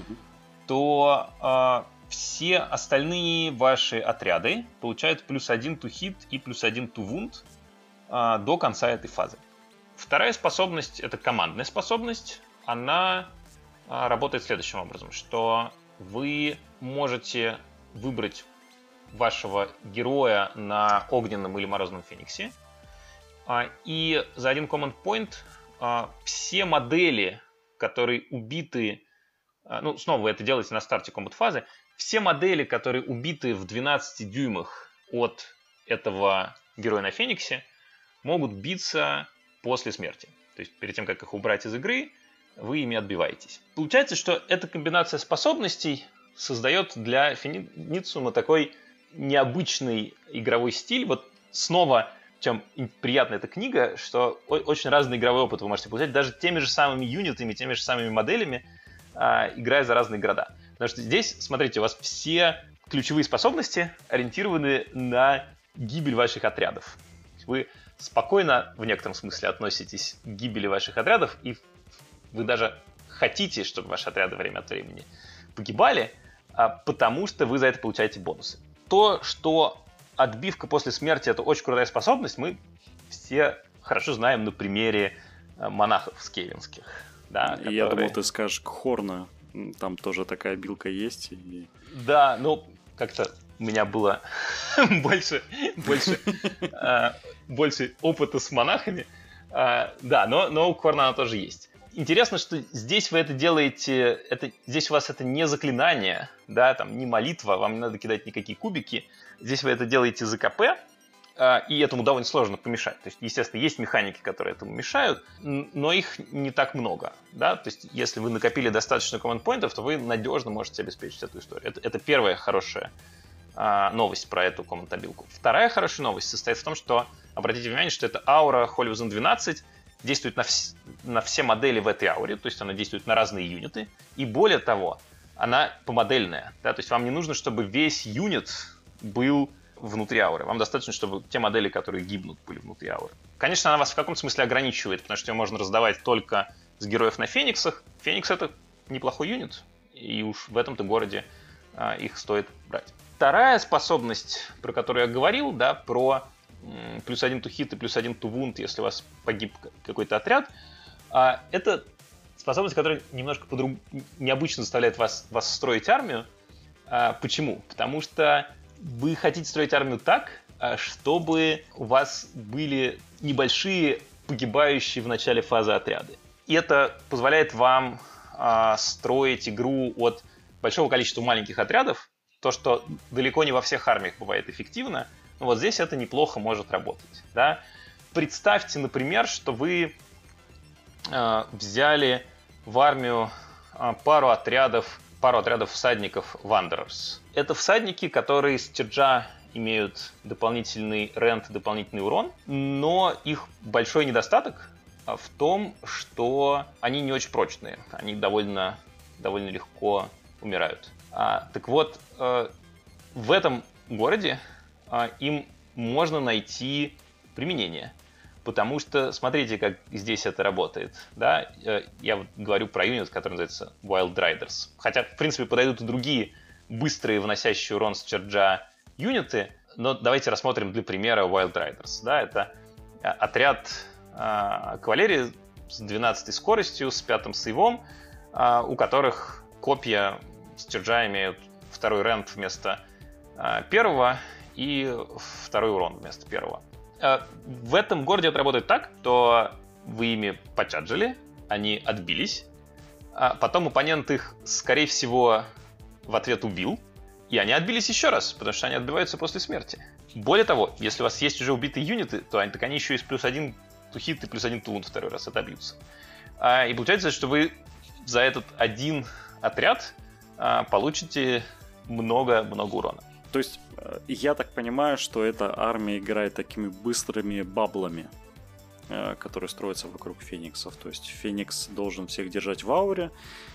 S2: то все остальные ваши отряды получают +1 to hit и +1 to wound до конца этой фазы. Вторая способность — это командная способность. Она работает следующим образом, что вы можете выбрать вашего героя на огненном или морозном фениксе, и за один command point все модели, которые убиты, ну, снова вы это делаете на старте комбат-фазы, все модели, которые убиты в 12 дюймах от этого героя на фениксе, могут биться после смерти. То есть перед тем, как их убрать из игры, вы ими отбиваетесь. Получается, что эта комбинация способностей создает для Финициума такой необычный игровой стиль. Вот снова, чем приятна эта книга, что очень разный игровой опыт вы можете получать, даже теми же самыми юнитами, теми же самыми моделями, играя за разные города. Потому что здесь, смотрите, у вас все ключевые способности ориентированы на гибель ваших отрядов. Вы спокойно, в некотором смысле, относитесь к гибели ваших отрядов, и вы даже хотите, чтобы ваши отряды время от времени погибали, потому что вы за это получаете бонусы. То, что отбивка после смерти — это очень крутая способность, мы все хорошо знаем на примере монахов скевенских. Да, которые...
S1: Я думал, ты скажешь Кхорна, там тоже такая билка есть.
S2: Да, ну, как-то у меня было больше опыта с монахами. Да, но у Кхорна она тоже есть. Интересно, что здесь вы это делаете, здесь у вас это не заклинание, да, там, не молитва, вам не надо кидать никакие кубики. Здесь вы это делаете за КП, и этому довольно сложно помешать. То есть, естественно, есть механики, которые этому мешают, но их не так много, да. То есть, если вы накопили достаточно команд-поинтов, то вы надежно можете обеспечить эту историю. Это первая хорошая новость про эту команд-обилку. Вторая хорошая новость состоит в том, что, обратите внимание, что это аура Holy Within 12 действует на все модели в этой ауре, то есть она действует на разные юниты, и более того, она помодельная, да, то есть вам не нужно, чтобы весь юнит был внутри ауры, вам достаточно, чтобы те модели, которые гибнут, были внутри ауры. Конечно, она вас в каком-то смысле ограничивает, потому что ее можно раздавать только с героев на Фениксах. Феникс — это неплохой юнит, и уж в этом-то городе их стоит брать. Вторая способность, про которую я говорил, да, про +1 to hit и +1 to wound, если у вас погиб какой-то отряд, это способность, которая немножко необычно заставляет вас строить армию. Почему? Потому что вы хотите строить армию так, чтобы у вас были небольшие погибающие в начале фазы отряды. И это позволяет вам строить игру от большого количества маленьких отрядов, то, что далеко не во всех армиях бывает эффективно. Но вот здесь это неплохо может работать. Да? Представьте, например, что вы взяли в армию пару отрядов всадников Wanderers. Это всадники, которые с черджа имеют дополнительный рент, дополнительный урон, но их большой недостаток в том, что они не очень прочные. Они довольно легко умирают. Так вот, в этом городе им можно найти применение. Потому что, смотрите, как здесь это работает. Да? Я вот говорю про юнит, который называется Wild Riders. Хотя, в принципе, подойдут и другие быстрые, вносящие урон с черджа юниты. Но давайте рассмотрим для примера Wild Riders. Да? Это отряд кавалерии с 12 скоростью, с 5 сейвом, у которых копья с черджа имеют второй рент вместо первого и второй урон вместо первого. В этом городе это работает так, что вы ими почаджили, они отбились, а потом оппонент их, скорее всего, в ответ убил, и они отбились еще раз, потому что они отбиваются после смерти. Более того, если у вас есть уже убитые юниты, то они еще и с +1 to hit и +1 to wound второй раз отобьются. И получается, что вы за этот один отряд получите много урона.
S1: То есть, я так понимаю, что эта армия играет такими быстрыми баблами, которые строятся вокруг фениксов. То есть, феникс должен всех держать в ауре.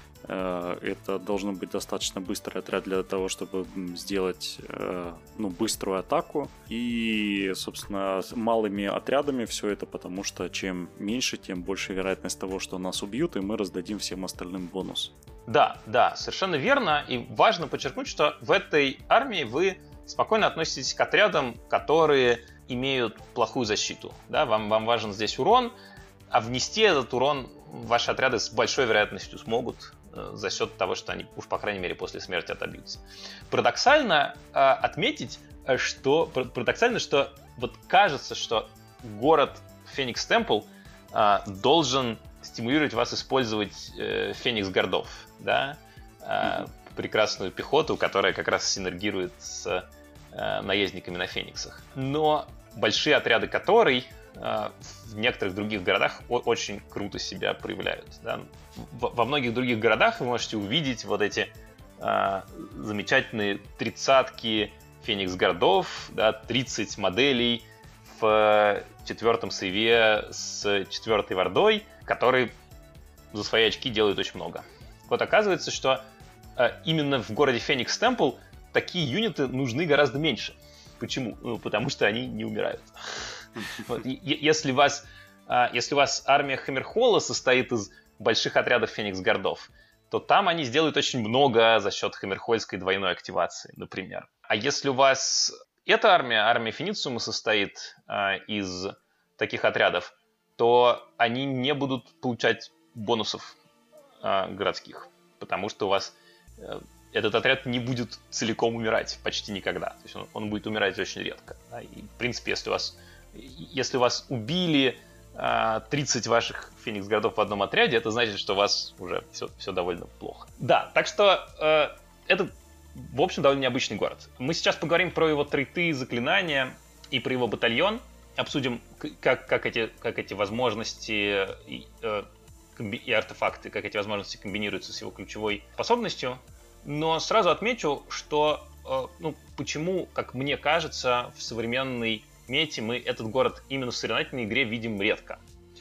S1: Это должен быть достаточно быстрый отряд для того, чтобы сделать быструю атаку. И, собственно, с малыми отрядами все это, потому что чем меньше, тем больше вероятность того, что нас убьют, и мы раздадим всем остальным бонус.
S2: Да, совершенно верно. И важно подчеркнуть, что в этой армии вы спокойно относитесь к отрядам, которые имеют плохую защиту. Да? Вам важен здесь урон, а внести этот урон ваши отряды с большой вероятностью смогут за счет того, что они, уж по крайней мере, после смерти отобьются. Парадоксально отметить, что вот кажется, что город Феникс Темпл должен стимулировать вас использовать Феникс Гордов, да? Прекрасную пехоту, которая как раз синергирует с наездниками на Фениксах. Но большие отряды которой в некоторых других городах очень круто себя проявляют. Да? Во многих других городах вы можете увидеть вот эти замечательные 30-ки Феникс Гордов, да, 30 моделей в 4-м сейве с 4-й вардой, которые за свои очки делают очень много. Вот оказывается, что именно в городе Феникс Темпл такие юниты нужны гораздо меньше. Почему? Ну, потому что они не умирают. Вот. Если у вас армия Хаммерхолла состоит из больших отрядов Феникс-Гардов, то там они сделают очень много за счет Хаммерхольдской двойной активации, например. А если у вас эта армия Финициума состоит из таких отрядов, то они не будут получать бонусов городских, потому что у вас этот отряд не будет целиком умирать почти никогда. То есть он будет умирать очень редко. Да? И, в принципе, если вас убили 30 ваших Феникс-городов в одном отряде, это значит, что у вас уже все довольно плохо. Да, так что это, в общем, довольно необычный город. Мы сейчас поговорим про его трейты, заклинания и про его батальон. Обсудим, как эти возможности и артефакты, как эти возможности комбинируются с его ключевой способностью. Но сразу отмечу, что почему, как мне кажется, в современной мете мы этот город именно в соревновательной игре видим редко.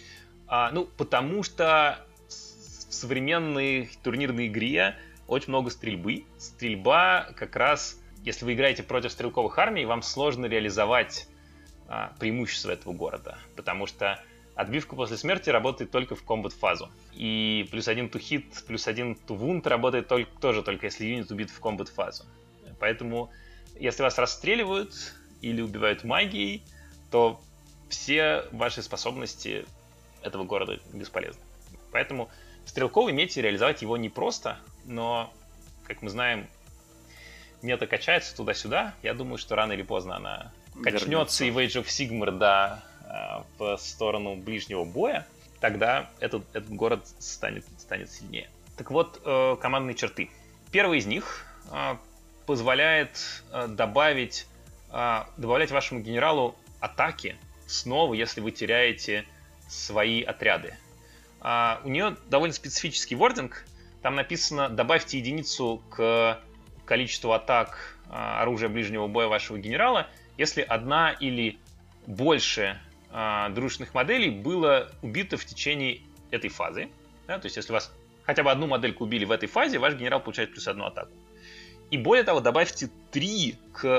S2: Потому что в современной турнирной игре очень много стрельбы. Стрельба как раз, если вы играете против стрелковых армий, вам сложно реализовать преимущество этого города, потому что отбивка после смерти работает только в комбат-фазу. И +1 to hit, +1 to wound работает тоже только если юнит убит в комбат-фазу. Поэтому, если вас расстреливают или убивают магией, то все ваши способности этого города бесполезны. Поэтому в стрелковой мете реализовать его непросто, но, как мы знаем, мета качается туда-сюда. Я думаю, что рано или поздно она качнется и в Age of Sigmar, в сторону ближнего боя, тогда этот город станет сильнее. Так вот, командные черты. Первый из них позволяет добавлять вашему генералу атаки снова, если вы теряете свои отряды. У нее довольно специфический вординг. Там написано: добавьте единицу к количеству атак оружия ближнего боя вашего генерала, если одна или больше дружественных моделей было убито в течение этой фазы. Да? То есть, если у вас хотя бы одну модельку убили в этой фазе, ваш генерал получает +1 атаку. И более того, добавьте 3 к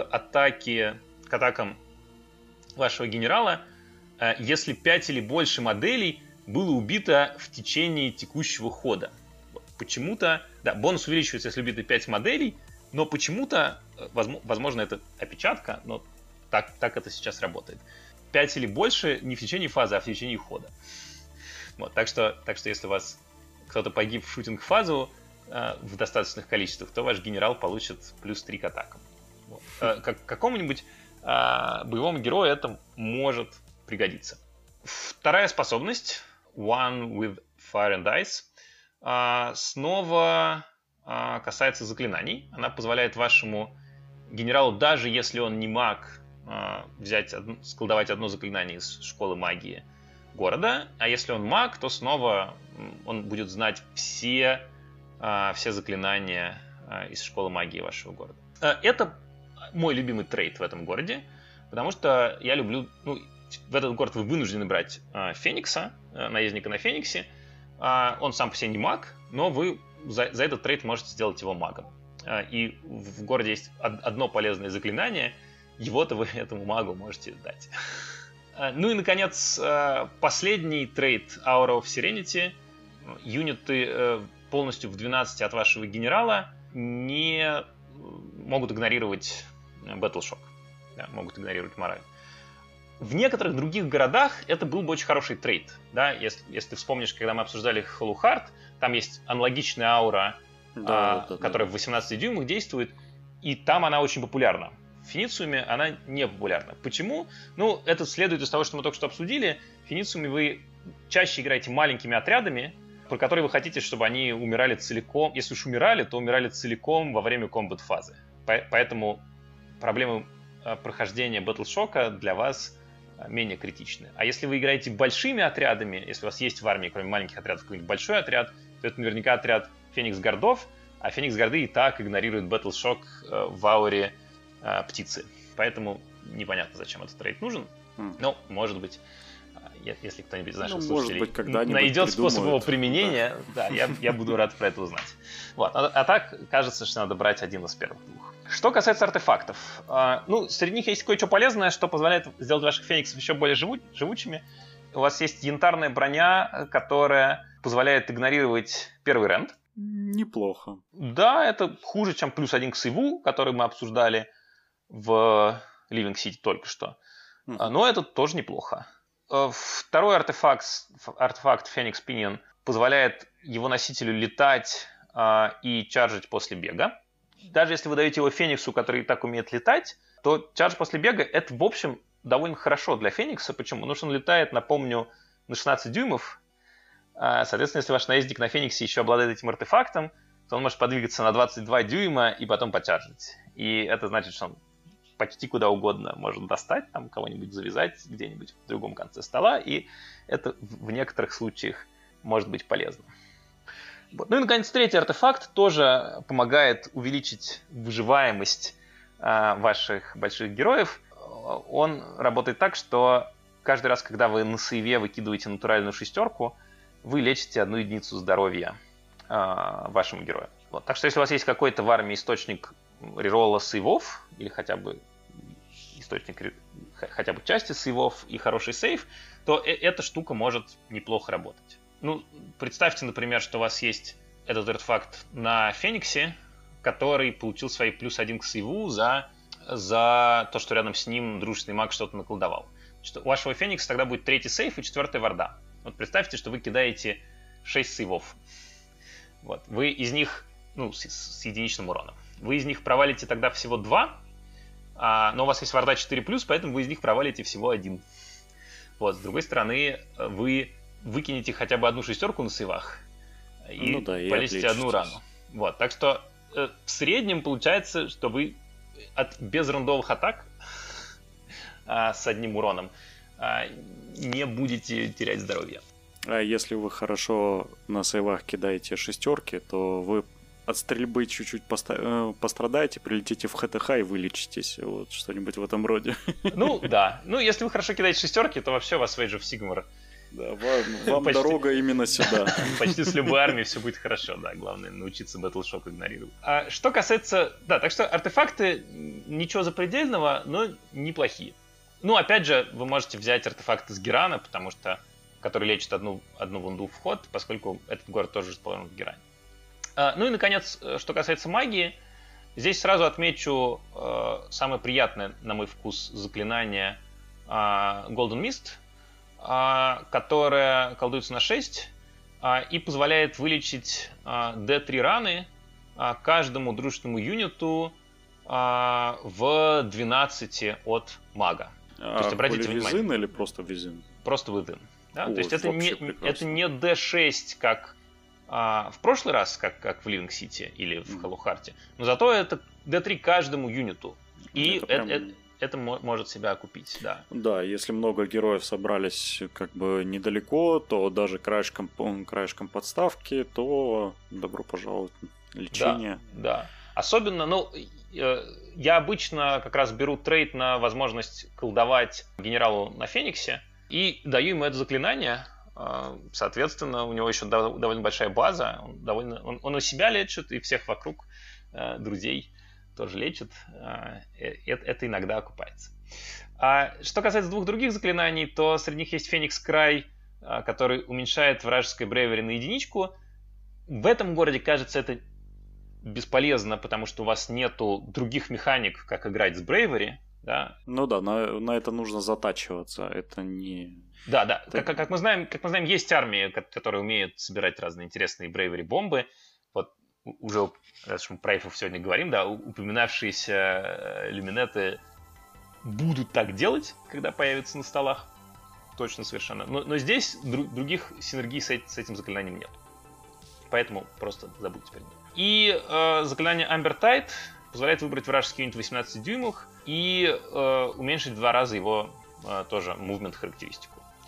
S2: атакам вашего генерала, если 5 или больше моделей было убито в течение текущего хода. Почему-то, да, бонус увеличивается, если убито 5 моделей, но почему-то, возможно, это опечатка, но так это сейчас работает. 5 или больше не в течение фазы, а в течение хода. Вот, так что если у вас кто-то погиб в шутинг-фазу в достаточных количествах, то ваш генерал получит +3 к атакам. Вот. Какому-нибудь боевому герою это может пригодиться. Вторая способность, One with Fire and Ice, снова касается заклинаний. Она позволяет вашему генералу, даже если он не маг, сколдовать одно заклинание из школы магии города, а если он маг, то снова он будет знать все заклинания из школы магии вашего города. Это мой любимый трейд в этом городе, потому что я люблю... в этот город вы вынуждены брать Феникса, наездника на Фениксе. Он сам по себе не маг, но вы за этот трейд можете сделать его магом. И в городе есть одно полезное заклинание, его-то вы этому магу можете дать. Ну и, наконец, последний трейд Hour of Serenity. Юниты полностью в 12 от вашего генерала не могут игнорировать Battle Shock. Да, могут игнорировать мораль. В некоторых других городах это был бы очень хороший трейд. Да? Если ты вспомнишь, когда мы обсуждали Hollow Heart, там есть аналогичная аура, которая в 18 дюймах действует, и там она очень популярна. В Финициуме она не популярна. Почему? Это следует из того, что мы только что обсудили. В Финициуме вы чаще играете маленькими отрядами, про которые вы хотите, чтобы они умирали целиком. Если уж умирали, то умирали целиком во время комбат-фазы. Поэтому проблемы прохождения Battle-Shock для вас менее критичны. А если вы играете большими отрядами, если у вас есть в армии, кроме маленьких отрядов, какой-нибудь большой отряд, то это наверняка отряд Феникс-Гордов, а Феникс-Горды и так игнорируют Battle-Shock в ауре птицы. Поэтому непонятно, зачем этот трейд нужен. Но, может быть, если кто-нибудь из наших слушателей найдет способ его применения, да, я буду рад про это узнать. Вот. А так, кажется, что надо брать один из первых двух. Что касается артефактов. Среди них есть кое-что полезное, что позволяет сделать ваших фениксов еще более живучими. у вас есть янтарная броня, которая позволяет игнорировать первый рэнд.
S1: Неплохо.
S2: Да, это хуже, чем +1 к сейву, который мы обсуждали в Living City только что. Но это тоже неплохо. Второй артефакт Phoenix Pinion, позволяет его носителю летать и чаржить после бега. Даже если вы даете его Фениксу, который и так умеет летать, то чардж после бега — это, в общем, довольно хорошо для Феникса. Почему? Потому что он летает, напомню, на 16 дюймов. Соответственно, если ваш наездник на Фениксе еще обладает этим артефактом, то он может подвигаться на 22 дюйма и потом почаржить. И это значит, что он почти куда угодно может достать, там кого-нибудь завязать где-нибудь в другом конце стола, и это в некоторых случаях может быть полезно. Вот. Ну и, наконец, третий артефакт тоже помогает увеличить выживаемость ваших больших героев. Он работает так, что каждый раз, когда вы на сейве выкидываете натуральную шестерку, вы лечите 1 единицу здоровья вашему герою. Вот. Так что если у вас есть какой-то в армии источник реролла сейвов, или хотя бы источник хотя бы части сейвов и хороший сейв, то эта штука может неплохо работать. Ну, представьте, например, что у вас есть этот артефакт на Фениксе, который получил свои +1 к сейву за то, что рядом с ним дружественный маг что-то наколдовал. У вашего Феникса тогда будет 3-й сейв и 4-я варда. Вот представьте, что вы кидаете 6 сейвов. Вот. Вы из них, с единичным уроном. Вы из них провалите тогда всего 2, но у вас есть варда 4+, поэтому вы из них провалите всего 1. Вот. С другой стороны, вы выкинете хотя бы 1 шестерку на сейвах и полезете 1 рану. Вот. Так что в среднем получается, что вы без рандовых атак с 1 уроном не будете терять здоровье.
S1: А если вы хорошо на сейвах кидаете шестерки, то вы от стрельбы чуть-чуть пострадаете, прилетите в ХТХ и вылечитесь. Вот что-нибудь в этом роде.
S2: Ну, да. Ну, если вы хорошо кидаете шестерки, то вообще у вас Wage of Sigmar.
S1: Да, вам дорога именно сюда.
S2: Почти с любой армией все будет хорошо, да. Главное научиться Battleshock игнорировать. А что касается... Да, так что артефакты ничего запредельного, но неплохие. Ну, опять же, вы можете взять артефакт из Герана, который лечит одну вунду в ход, поскольку этот город тоже расположен в Геране. Ну и, наконец, что касается магии, здесь сразу отмечу самое приятное, на мой вкус, заклинание Golden Mist, которое колдуется на 6 и позволяет вылечить D3 раны каждому дружественному юниту в 12 от мага.
S1: То есть обратите внимание. Within или просто Within?
S2: Просто Within. Да? То есть это не D6, как в прошлый раз, как в Living City или в Hollow Heart, но зато это D3 каждому юниту. И это может себя окупить, да.
S1: Да, если много героев собрались как бы недалеко, то даже краешком подставки, то добро пожаловать лечение.
S2: Да. Особенно, я обычно как раз беру трейд на возможность колдовать генералу на Фениксе и даю ему это заклинание. Соответственно, у него еще довольно большая база, он и себя лечит, и всех вокруг друзей тоже лечит. Это иногда окупается. Что касается 2 других заклинаний, то среди них есть Феникс Край, который уменьшает вражеское брейвери на 1. В этом городе, кажется, это бесполезно, потому что у вас нету других механик, как играть с брейвери. Да?
S1: Ну да, на это нужно затачиваться. Это не...
S2: Да. Как мы знаем, есть армии, которые умеют собирать разные интересные брейвери-бомбы. Вот уже, раз мы про эльфов сегодня говорим, да, упоминавшиеся люминеты будут так делать, когда появятся на столах. Точно, совершенно. Но здесь других синергий с этим заклинанием нет. Поэтому просто забудьте про него. И заклинание Amber Tide позволяет выбрать вражеский юнит в 18 дюймах и уменьшить в 2 раза его тоже movement характеристику.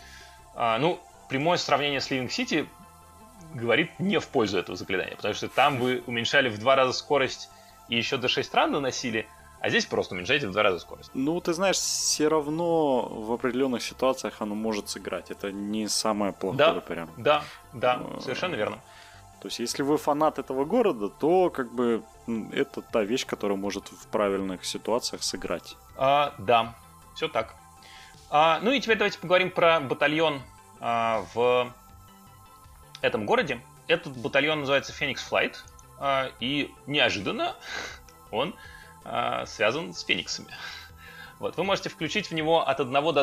S2: Прямое сравнение с Living City говорит не в пользу этого заклинания, потому что там вы уменьшали в 2 раза скорость и еще до 6 ран наносили, а здесь просто уменьшаете в 2 раза скорость.
S1: Ну, ты знаешь, все равно в определенных ситуациях оно может сыграть. Это не самое плохое прям.
S2: Да, совершенно верно.
S1: То есть, если вы фанат этого города, то как бы это та вещь, которая может в правильных ситуациях сыграть.
S2: Да, все так. Ну и теперь давайте поговорим про батальон в этом городе. Этот батальон называется Phoenix Flight, и неожиданно он связан с фениксами. Вот. Вы можете включить в него от 1 до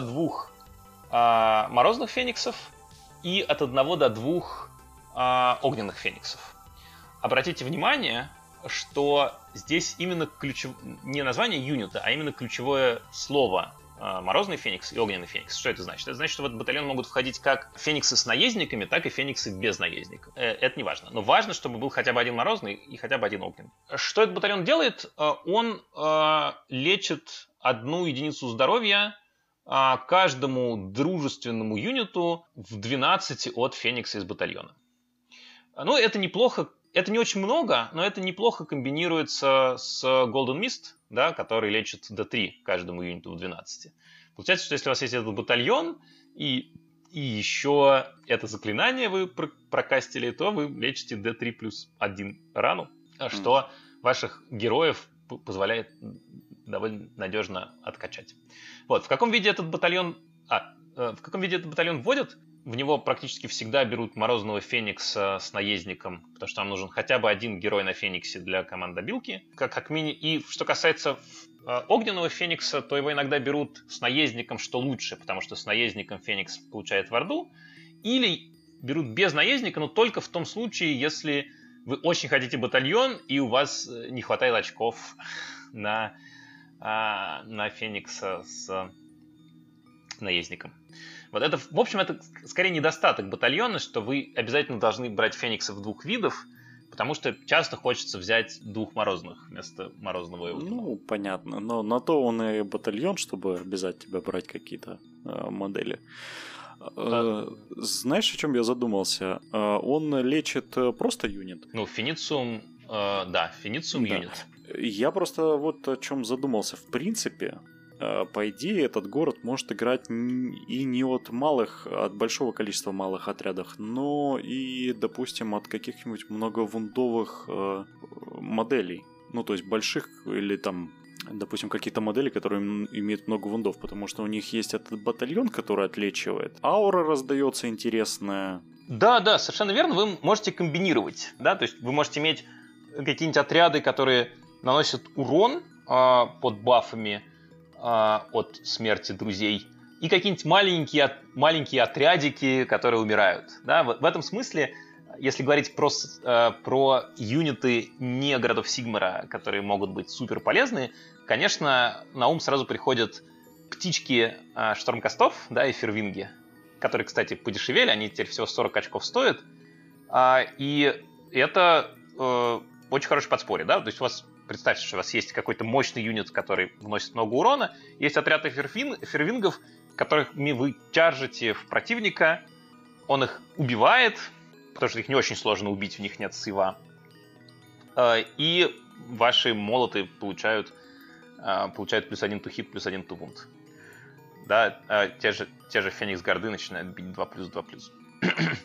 S2: 2 морозных фениксов и от 1 до 2 огненных фениксов. Обратите внимание, что здесь именно не название юнита, а именно ключевое слово морозный феникс и огненный феникс. Что это значит? Это значит, что в этот батальон могут входить как фениксы с наездниками, так и фениксы без наездников. Это не важно. Но важно, чтобы был хотя бы один морозный и хотя бы один огненный. Что этот батальон делает? Он лечит 1 единицу здоровья каждому дружественному юниту в 12 от феникса из батальона. Ну, это неплохо. Это не очень много, но это неплохо комбинируется с Golden Mist, да, который лечит D3 каждому юниту в 12. Получается, что если у вас есть этот батальон и еще это заклинание вы прокастили, то вы лечите D3 плюс 1 рану, что ваших героев позволяет довольно надежно откачать. Вот, в каком виде этот батальон вводят? В него практически всегда берут морозного феникса с наездником, потому что нам нужен хотя бы один герой на фениксе для командобилки. И что касается огненного феникса, то его иногда берут с наездником, что лучше, потому что с наездником феникс получает варду. Или берут без наездника, но только в том случае, если вы очень хотите батальон и у вас не хватает очков на феникса с наездником. Вот это, в общем, это скорее недостаток батальона, что вы обязательно должны брать фениксов 2 видов, потому что часто хочется взять 2 морозных вместо морозного и огненного.
S1: Ну, понятно. Но на то он и батальон, чтобы обязать тебя брать какие-то модели. Знаешь, о чем я задумался? Он лечит просто юнит?
S2: Ну, Финициум, да, Финициум юнит.
S1: Я просто вот о чем задумался. В принципе, по идее, этот город может играть и не от большого количества малых отрядов, но и, допустим, от каких-нибудь многовундовых моделей. Ну, то есть больших или там, допустим, какие-то модели, которые имеют много вундов, потому что у них есть этот батальон, который отлечивает. Аура раздается интересная.
S2: Да, совершенно верно. Вы можете комбинировать, да, то есть вы можете иметь какие-нибудь отряды, которые наносят урон под бафами от смерти друзей, и какие-нибудь маленькие отрядики, которые умирают. Да? В этом смысле, если говорить про юниты не городов Сигмара, которые могут быть супер полезны, конечно, на ум сразу приходят птички Штормкастов, да, и Фервинги, которые, кстати, подешевели, они теперь всего 40 очков стоят, и это очень хорошее подспорье, да, то есть у вас представьте, что у вас есть какой-то мощный юнит, который вносит много урона. Есть отряд фервингов, которых вы чаржите в противника. Он их убивает, потому что их не очень сложно убить, у них нет сейва. И ваши молоты получают плюс 1 to hit, плюс 1 to wound. Да, те же Феникс Гарды начинают бить 2+2+.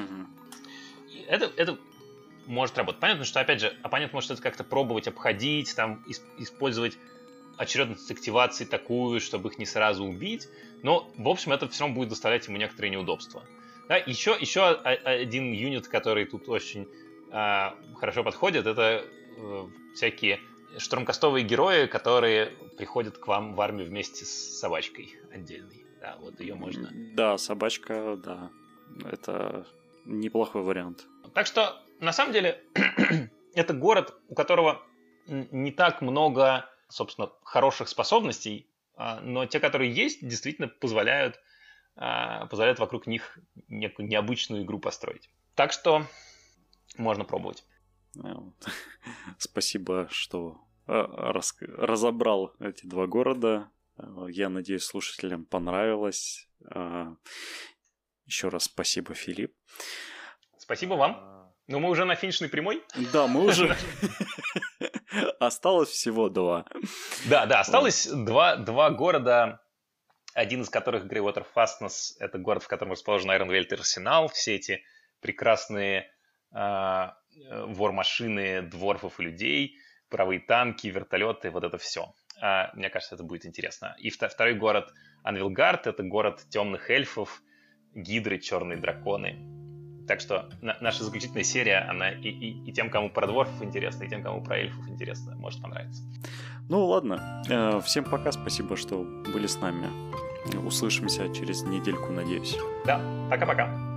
S2: Это может работать. Понятно, что, опять же, оппонент может это как-то пробовать обходить, там, использовать очередность активации такую, чтобы их не сразу убить, но, в общем, это все равно будет доставлять ему некоторые неудобства. Да, еще один юнит, который тут очень хорошо подходит, это всякие штурмкастовые герои, которые приходят к вам в армию вместе с собачкой отдельной. Да, вот ее можно...
S1: Да, собачка, да. Это неплохой вариант.
S2: Так что, на самом деле, это город, у которого не так много, собственно, хороших способностей, но те, которые есть, действительно позволяют вокруг них некую необычную игру построить. Так что можно пробовать.
S1: Спасибо, что разобрал эти 2 города. Я надеюсь, слушателям понравилось. Еще раз спасибо, Филипп.
S2: Спасибо вам. Ну, мы уже на финишной прямой.
S1: Да, мы уже... Осталось всего 2.
S2: Да, осталось 2 города, один из которых Greywater Fastness, это город, в котором расположен Ironvale Арсенал, все эти прекрасные вор-машины, дворфов и людей, паровые танки, вертолеты, вот это все. Мне кажется, это будет интересно. И второй город Анвилгард, это город темных эльфов, гидры, черные драконы. Так что наша заключительная серия, она и тем, кому про дворфов интересно, и тем, кому про эльфов интересно, может понравиться.
S1: Ну ладно, всем пока, спасибо, что были с нами. Услышимся через недельку, надеюсь.
S2: Да, пока-пока.